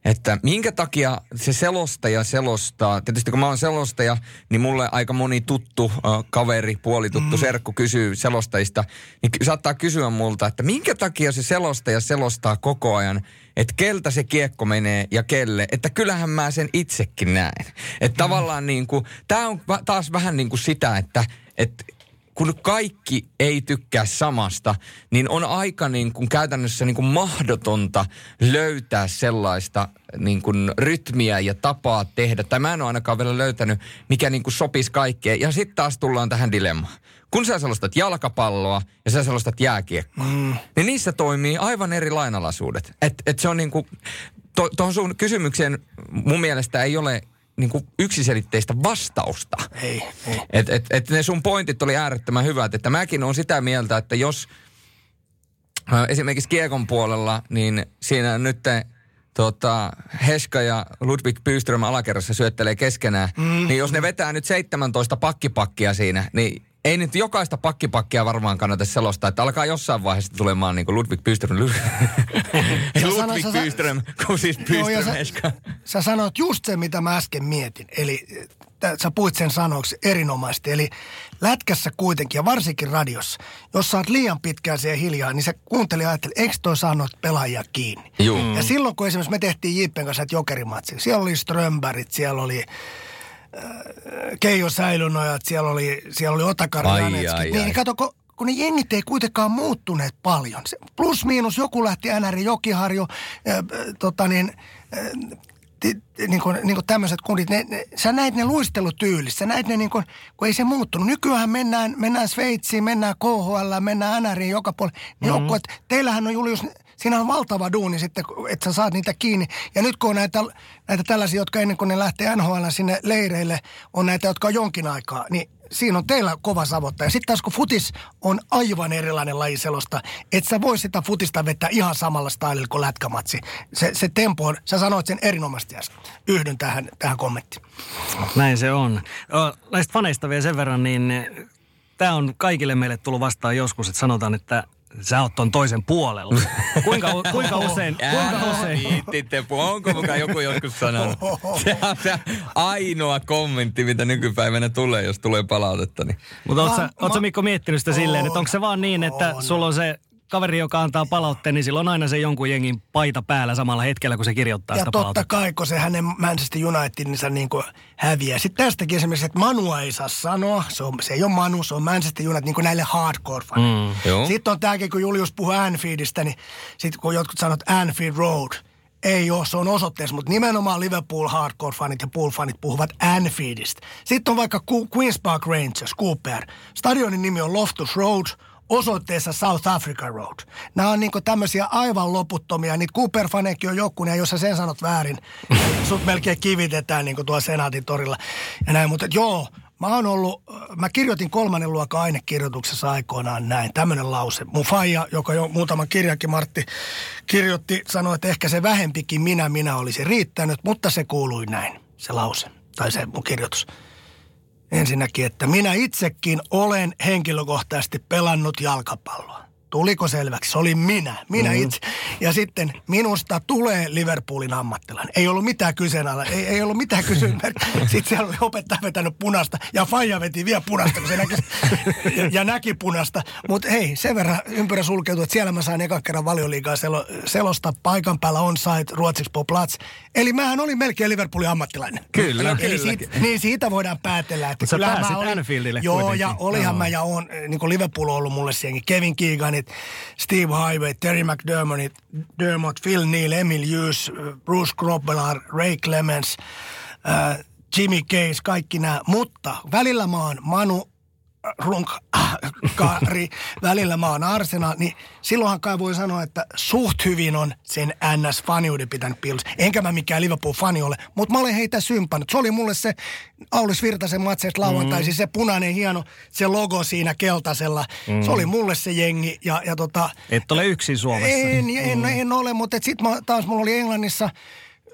että minkä takia se selostaja selostaa. Tietysti kun mä oon selostaja, niin mulle aika moni tuttu äh, kaveri, puolituttu mm. serkku kysyy selostajista, niin saattaa kysyä multa, että minkä takia se selostaja selostaa koko ajan, että keltä se kiekko menee ja kelle, että kyllähän mä sen itsekin näen. Että mm. tavallaan niin kuin, tää on taas vähän niin kuin sitä, että, että kun kaikki ei tykkää samasta, niin on aika niin kuin käytännössä niin kuin mahdotonta löytää sellaista niin kuin rytmiä ja tapaa tehdä. Tai mä en ole ainakaan vielä löytänyt, mikä niin kuin sopisi kaikkeen. Ja sitten taas tullaan tähän dilemmaan. Kun sä selostat jalkapalloa ja sä selostat jääkiekkoa, mm. niin niissä toimii aivan eri lainalaisuudet. Että et se on niin kuin, to, tuohon sun kysymykseen mun mielestä ei ole niin kuin yksiselitteistä vastausta. Ei, ei. Että et, et ne sun pointit oli äärettömän hyvät. Että mäkin olen sitä mieltä, että jos äh, esimerkiksi kiekon puolella, niin siinä nyt tota, Heska ja Ludwig Byström alakerrassa syöttelee keskenään, mm. niin jos ne vetää nyt seitsemäntoista pakkipakkia siinä, niin ei nyt jokaista pakkipakkia varmaan kannata selostaa, että alkaa jossain vaiheessa tulemaan niin kuin Ludwig Byström. Ludwig Byström, kun siis Byström Heska. Sä sanoit just sen, mitä mä äsken mietin. Eli t- sä puhuit sen sanoksi erinomaisesti. Eli lätkässä kuitenkin, ja varsinkin radiossa, jos sä oot liian pitkään siellä hiljaa, niin se kuuntelija ajattelee, eikö toi saa noita pelaajia kiinni? Juu. Ja silloin, kun esimerkiksi me tehtiin Jippen kanssa jokerimatsia, siellä oli Strömbergit, siellä oli Keijo Säilynojat, siellä oli, siellä oli Otakari Janetskit. Niin kato, kun, kun ne jengit ei kuitenkaan muuttuneet paljon. Se plus miinus joku lähti N R Jokiharju, äh, tota niin, äh, ti, niin kuin, niin kuin tämmöiset kundit. Ne, ne, sä näit ne luistelutyylissä, sä näit ne niin kuin, kun ei se muuttunut. Nykyään mennään, mennään Sveitsiin, mennään K H L, mennään N Riin joka puolella. Niin mm-hmm. joku, teillähän on Julius, siinä on valtava duuni sitten, että sä saat niitä kiinni. Ja nyt kun on näitä, näitä tällaisia, jotka ennen kuin ne lähtee N H L sinne leireille, on näitä, jotka on jonkin aikaa, niin siinä on teillä kova savotta. Ja sitten taas kun futis on aivan erilainen laji selosta, että sä voi sitä futista vetää ihan samalla stylilla kuin lätkämatsi. Se, se tempo on, sä sanoit sen erinomaisesti äsken. Yhdyn tähän, tähän kommenttiin. Näin se on. Näistä faneista vielä sen verran, niin tämä on kaikille meille tullut vastaan joskus, että sanotaan, että sä oot ton toisen puolella. Kuinka, kuinka usein? Kuinka usein? Viittitte, onko mukaan joku joskus sanonut? Se on se ainoa kommentti, mitä nykypäivänä tulee, jos tulee palautetta. Niin. Mutta oot sä, oot sä Mikko miettinyt sitä silleen, että onko se vaan niin, että on. Sulla on se kaveri, joka antaa palautteen, niin silloin on aina se jonkun jengin paita päällä samalla hetkellä, kun se kirjoittaa ja sitä palautetta. Ja totta palautetta. kai, kun se hänen Manchester Unitedinsa niin kuin häviää. Sitten tästäkin esimerkiksi, että Manua ei saa sanoa. Se, on, se ei ole Manu, se on Manchester United niin kuin näille hardcore-faneille. Mm, sitten on tämäkin, kun Julius puhuu Anfieldistä, niin sitten kun jotkut sanoo, että Anfield Road, ei ole, se on osoitteessa, mutta nimenomaan Liverpool hardcore-fanit ja Pool-fanit puhuvat Anfieldista. Sitten on vaikka Queen's Park Rangers, Cooper. Stadionin nimi on Loftus Road, osoitteessa South Africa Road. Nämä on niinku tämmöisiä aivan loputtomia. Niitä Cooper-fanekin on jokunen, ja jos sä sen sanot väärin, sut melkein kivitetään niinku tuolla Senaatin torilla. Ja näin, mutta joo, mä oon ollut, mä kirjoitin kolmannen luokan ainekirjoituksessa aikoinaan näin, tämmöinen lause. Mun faija, joka jo muutaman kirjankin Martti kirjoitti, sanoi, että ehkä se vähempikin minä, minä olisi riittänyt, mutta se kuului näin, se lause, tai se mun kirjoitus. Ensinnäkin, että minä itsekin olen henkilökohtaisesti pelannut jalkapalloa. Tuliko selväksi? Se oli minä. Minä mm-hmm. itse. Ja sitten minusta tulee Liverpoolin ammattilainen. Ei ollut mitään kyseenalaista. Ei, ei ollut mitään kysymystä. Sitten siellä oli opettaja vetänyt punasta. Ja faija veti vielä punasta, kun se näki, ja, ja näki punasta. Mutta hei, sen verran ympyrä sulkeutui, että siellä mä sain ekan kerran Valioliigaa selo, selosta paikan päällä on-site, ruotsiksi på plats. Eli mähän olin melkein Liverpoolin ammattilainen. Kyllä, Eli siitä, niin siitä voidaan päätellä. Että sä pääsit Anfieldille joo, kuitenkin. ja olihan no. mä ja on, niin kuin Liverpool on ollut mulle sienkin. Kevin Keeganit, Steve Highway, Terry McDermott, Dermott, Phil Neal, Emil Hughes, Bruce Grobbelaar, Ray Clemens, äh, Jimmy Case, kaikki nämä. Mutta välillä mä oon Manu Runkari, välillä mä oon Arsenal, niin silloinhan kai voi sanoa, että suht hyvin on sen N S-faniuden pitänyt piilossa. Enkä mä mikään Liverpool-fani ole, mutta mä olen heitä sympannut. Se oli mulle se Aulis Virtasen matseista lauantai, mm. siis se punainen hieno, se logo siinä keltaisella. Mm. Se oli mulle se jengi. Ja, ja tota, et ole yksin Suomessa. En, en, mm. en ole, mutta sit mä, taas mulla oli Englannissa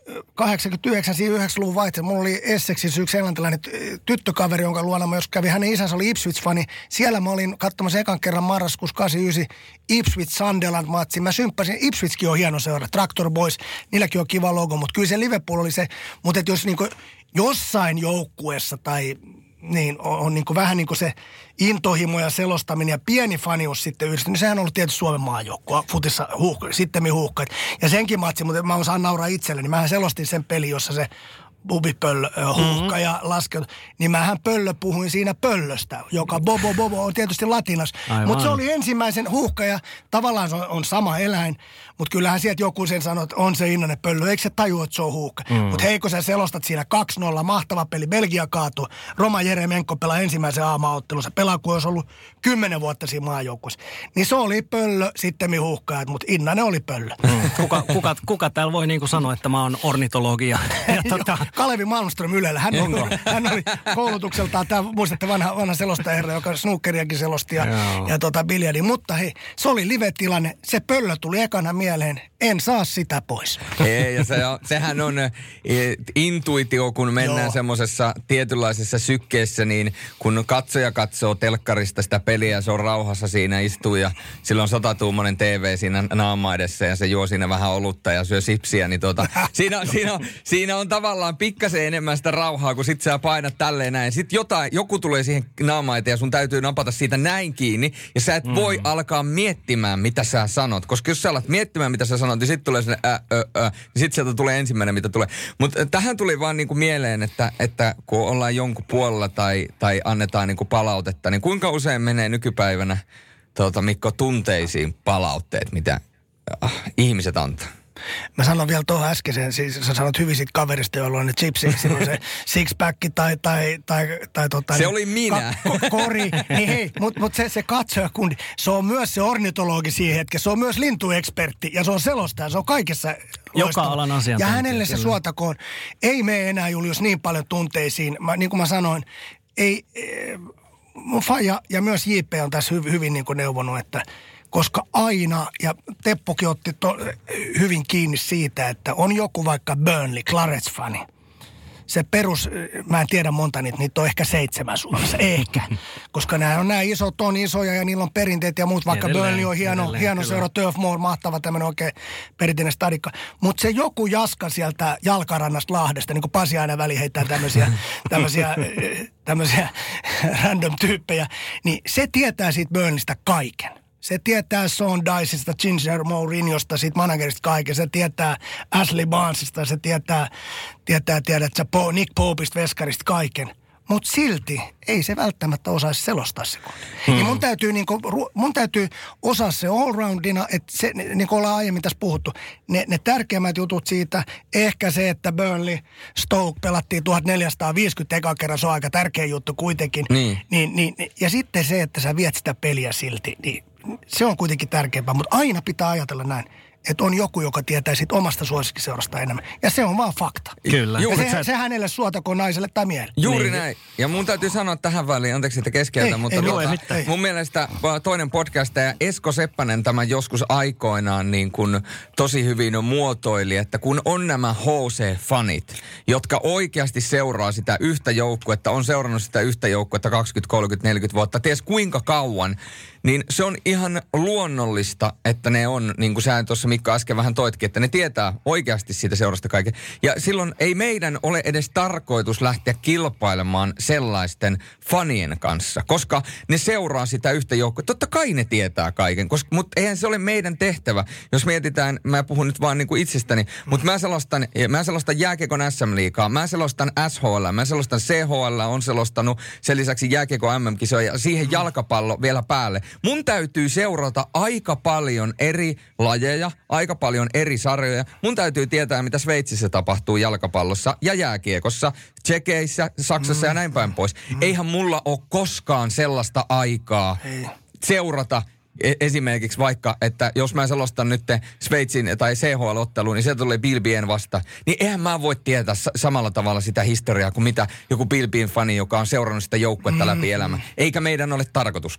kahdeksankymmentäyhdeksän yhdeksänkymmentäluvun vaihteessa. Mulla oli Essexissä yksi englantilainen tyttökaveri, jonka luona mä jos kävi. Hänen isänsä oli Ipswich-fani. Siellä mä olin katsomassa ekan kerran marraskuussa kahdeksankymmentäyhdeksän Ipswich-Sunderland-matsi. Mä symppäsin. Ipswichkin on hieno seura. Tractor Boys, niilläkin on kiva logo, mutta kyllä se Liverpool oli se. Mutta jos niinku jossain joukkueessa tai niin on, on niin kuin vähän niin kuin se intohimo ja selostaminen ja pieni fanius sitten yhdessä, niin sehän on ollut tietysti Suomen maajoukkue, futissa huuhka, sittemmin huuhkajat. Ja senkin matsi, mutta mä osaan nauraa itselleni. Mähän selostin sen peli, jossa se bubipöllö huuhka ja laskeut, niin mähän pöllö puhuin siinä pöllöstä, joka bobo bobo on tietysti latinas. Mutta se oli ensimmäisen huuhka ja tavallaan se on, on sama eläin, mutta kyllähän sieltä joku sen sanoo, että on se innainen pöllö, eikö se tajua, että se on huuhka. Mm. Mutta hei, kun sä selostat siinä kaksi nolla, mahtava peli, Belgia kaatuu, Roma Jeremenko pelaa ensimmäisen aamaottelunsa, pelaa kuin olisi ollut kymmenen vuotta siinä maajoukkuessa. Niin se oli pöllö, sittemmin huuhkajat, mutta innainen oli pöllö. Mm. Kuka, kuka, kuka täällä voi niin kuin sanoa, että mä oon ornitologi ja, ja tota... Kalevi Malmström Ylellä. Hän, on, hän oli koulutukseltaan, tämä muistatte vanha, vanha selostajaherra, joka snookeriakin selosti ja, ja tota, biljadi. Mutta hei, se oli live-tilanne. Se pöllö tuli ekana mieleen. En saa sitä pois. Ei, ja se on, sehän on e, intuitio, kun mennään semmoisessa tietynlaisessa sykkeessä, niin kun katsoja katsoo telkkarista sitä peliä, se on rauhassa siinä istuu ja sillä on satatuumainen T V siinä naama edessä ja se juo siinä vähän olutta ja syö sipsiä, niin tuota, siinä, siinä, on, siinä on tavallaan pikkasen enemmän sitä rauhaa, kun sit sä painat tälleen näin. Sitten jotain, joku tulee siihen naamaan eteen ja sun täytyy napata siitä näin kiinni ja sä et mm. voi alkaa miettimään, mitä sä sanot. Koska jos sä alat miettimään, mitä sä sanot, niin sitten tulee sinne ä, ö, ö, niin sitten sieltä tulee ensimmäinen, mitä tulee. Mutta tähän tuli vaan niinku mieleen, että, että kun ollaan jonkun puolella tai, tai annetaan niinku palautetta, niin kuinka usein menee nykypäivänä tuota, Mikko, tunteisiin palautteet, mitä äh, ihmiset antaa? Mä sanon vielä tuohon äskeiseen, siis sä sanot hyvin siitä kaverista, jolla on ne chipsi, silloin se six-pack tai, tai, tai, tai tota, se niin, oli minä. Ka- ko- kori, niin hei, mutta mut se, se katsojakundi, se on myös se ornitologi siihen hetkeen, se on myös lintuekspertti ja se on selostaja, se on kaikessa loistava. Joka alan asiantuntija. Ja hänelle se suotakoon, ei mene enää Julius niin paljon tunteisiin, mä, niin kuin mä sanoin, ei, e, mun faija ja myös J P on tässä hy, hyvin niin kuin neuvonut, että koska aina, ja Teppokin otti to, hyvin kiinni siitä, että on joku vaikka Burnley, Clarets-fani. Se perus, mä en tiedä monta niitä, niitä on ehkä seitsemän Suomessa, ehkä. Koska nämä on nämä isot, on isoja ja niillä on perinteet ja muut, vaikka edelleen, Burnley on hieno, edelleen, hieno seura, Turf Moor, mahtava tämmöinen oikein perinteinen stadikka. Mutta se joku jaska sieltä Jalkarannasta Lahdesta, niin kuin Pasi aina väliin heittää tämmöisiä, tämmöisiä, tämmöisiä random tyyppejä, niin se tietää siitä Burnleystä kaiken. Se tietää Sean Dycesta, Ginger Mourinhosta, siitä managerista kaiken. Se tietää Ashley Barnesista, se tietää, tietää, tiedät sä, Nick Popesta, Veskarista kaiken. Mutta silti ei se välttämättä osaisi selostaa se. Hmm. Ja mun täytyy, niinku, mun täytyy osaa se allroundina, että se, niin kuin ollaan aiemmin tässä puhuttu, ne, ne tärkeimmät jutut siitä, ehkä se, että Burnley Stoke pelattiin tuhatneljäsataaviisikymmentä eka kerran, se on aika tärkeä juttu kuitenkin. Niin. Niin, niin, ja sitten se, että sä viet sitä peliä silti, niin se on kuitenkin tärkeämpää, mutta aina pitää ajatella näin, että on joku, joka tietää siitä omasta suosikkiseurasta enemmän. Ja se on vaan fakta. Kyllä. Ja se, se hänelle suotakoon naiselle tai miehelle. Juuri niin. Näin. Ja mun täytyy sanoa tähän väliin, anteeksi että keskeytä, ei, mutta ei, tuota, ei, mun mielestä toinen podcastaja Esko Seppänen tämän joskus aikoinaan niin kuin tosi hyvin muotoili, että kun on nämä H C-fanit, jotka oikeasti seuraa sitä yhtä joukkuetta, on seurannut sitä yhtä joukkuetta kaksikymmentä, kolmekymmentä, neljäkymmentä vuotta, ties kuinka kauan, niin se on ihan luonnollista, että ne on, niin kuin sä tuossa Mikko äsken vähän toitkin, että ne tietää oikeasti siitä seurasta kaiken. Ja silloin ei meidän ole edes tarkoitus lähteä kilpailemaan sellaisten fanien kanssa, koska ne seuraa sitä yhtä joukkoa. Totta kai ne tietää kaiken, koska, mutta eihän se ole meidän tehtävä. Jos mietitään, mä puhun nyt vaan niin kuin itsestäni, mutta mä selostan, mä selostan jääkiekon S M-liigaa, mä selostan S H L, mä selostan C H L, on selostanut sen lisäksi jääkiekon M M-kisoja ja siihen jalkapallo vielä päälle. Mun täytyy seurata aika paljon eri lajeja, aika paljon eri sarjoja. Mun täytyy tietää, mitä Sveitsissä tapahtuu jalkapallossa ja jääkiekossa, Tsekeissä, Saksassa mm. ja näin päin pois. Mm. Eihän mulla ole koskaan sellaista aikaa Ei. seurata esimerkiksi vaikka, että jos mä selostan nyt Sveitsin tai C H L-otteluun, niin sieltä tulee Bilbien vasta. Niin eihän mä voi tietää samalla tavalla sitä historiaa kuin mitä joku Bilbien fani, joka on seurannut sitä joukkuetta mm. läpi elämän. Eikä meidän ole tarkoituskaan.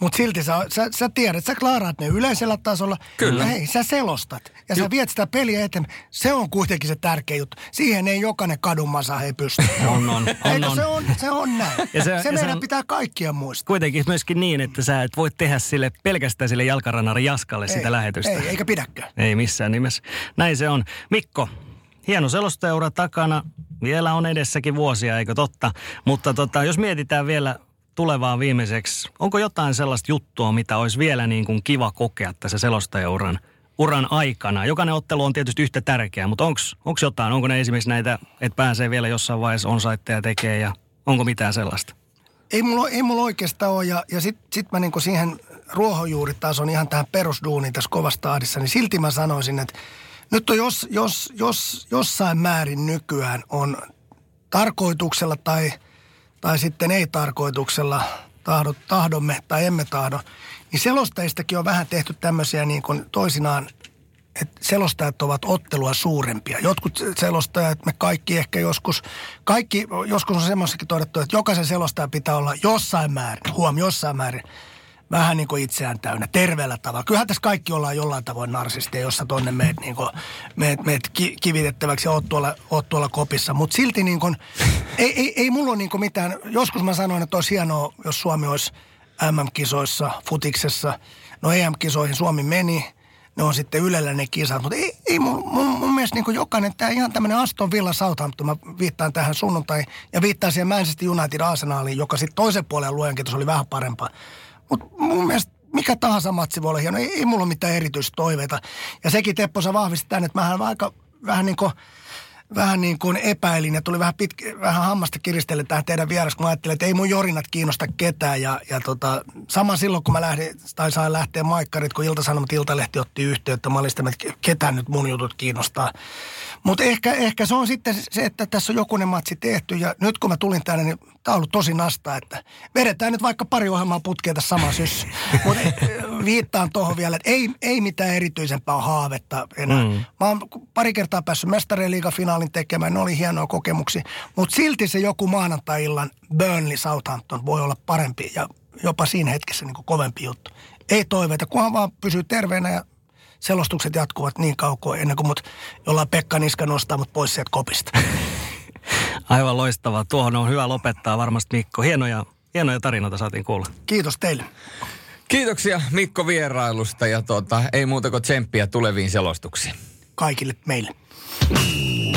Mutta silti sä, sä, sä tiedät, sä klaaraat ne yleisellä tasolla. Kyllä. Ja hei, sä selostat. Ja sä viet sitä peliä eteenpäin. Se on kuitenkin se tärkeä juttu. Siihen ei jokainen kadunmasa hei pysty. On, on. Eikö on, se on, se on näin. Ja se- se ja se se meidän on- pitää kaikkia muistaa. Kuitenkin myöskin niin, että sä et voi tehdä sille pelkästään sille jalkaranari Jaskalle sitä ei, lähetystä. Ei, eikä pidäkään. Ei missään nimessä. Näin se on. Mikko, hieno selostajaura takana. Vielä on edessäkin vuosia, eikö totta? Mutta tota, jos mietitään vielä tulevaa viimeiseksi, onko jotain sellaista juttua, mitä olisi vielä niin kuin kiva kokea tässä selostajauran uran aikana? Jokainen ottelu on tietysti yhtä tärkeä, mutta onko jotain? Onko ne esimerkiksi näitä, että pääsee vielä jossain vaiheessa on-saitteja tekee ja onko mitään sellaista? Ei mulla, ei mulla oikeastaan ole, ja, ja sit, sit mä niinku siihen ruohonjuuritason ihan tähän perusduuniin tässä kovassa tahdissa, niin silti mä sanoisin, että nyt on jos, jos, jos jossain määrin nykyään on tarkoituksella tai, tai sitten ei tarkoituksella tahdo, tahdomme tai emme tahdo, niin selostajistakin on vähän tehty tämmöisiä niin kuin toisinaan, että selostajat ovat ottelua suurempia. Jotkut selostajat, me kaikki ehkä joskus, kaikki, joskus on semmoisessakin todettu, että jokaisen selostajan pitää olla jossain määrin, huom, jossain määrin, vähän niin kuin itseään täynnä, terveellä tavalla. Kyllähän tässä kaikki ollaan jollain tavoin narsisteja, jossa tonne meet, niin kuin, meet, meet ki, kivitettäväksi ja oot tuolla, oot tuolla kopissa. Mutta silti niin kuin, ei, ei, ei mulla ole niin kuin mitään, joskus mä sanoin, että olisi hienoa, jos Suomi olisi M M-kisoissa, futiksessa. No E M-kisoihin Suomi meni. Ne on sitten Ylellä ne kisat, mutta ei, ei mun, mun, mun mielestä niin kuin jokainen, tämä ihan tämmöinen Aston Villa Southampton, mä viittaan tähän sunnuntai ja viittaan siihen Manchester United Arsenaliin, joka sitten toisen puolen luenkitos oli vähän parempaa. Mutta mun mielestä mikä tahansa matsi voi olla hieno, ei, ei mulla ole mitään erityistoiveita. Ja sekin Teppo, sä vahvistit tämän, että mähän aika vähän niin kuin, vähän niin kuin epäilin ja tuli vähän, pitkä, vähän hammasta kiristelle tähän teidän vieressä, kun mä ajattelin, että ei mun jorinat kiinnosta ketään. Ja, ja tota, sama silloin, kun mä lähdin, tai sain lähteä maikkarit, kun Ilta-Sanomat Iltalehti otti yhteyttä, mä olin sitä, että ketään nyt mun jutut kiinnostaa. Mutta ehkä, ehkä se on sitten se, että tässä on jokunen matsi tehty ja nyt kun mä tulin tänne, niin tää on ollut tosi nasta, että vedetään nyt vaikka pari ohjelmaa putkea tässä sama syssy. Mutta viittaan tuohon vielä, että ei, ei mitään erityisempää haavetta enää. Mm. Mä oon pari kertaa päässyt Mestarien liigafinaalin tekemään, ne oli hienoa kokemuksia, mutta silti se joku maanantai-illan Burnley Southampton voi olla parempi ja jopa siinä hetkessä niin kuin kovempi juttu. Ei toiveita, kunhan vaan pysyy terveenä ja selostukset jatkuvat niin kauan ennen kuin mut jollain Pekka Niska nostaa mut pois sieltä kopista. Aivan loistavaa. Tuohon on hyvä lopettaa varmasti, Mikko. Hienoja, hienoja tarinoita saatiin kuulla. Kiitos teille. Kiitoksia Mikko vierailusta ja tuota, ei muuta kuin tsemppiä tuleviin selostuksiin. Kaikille meille.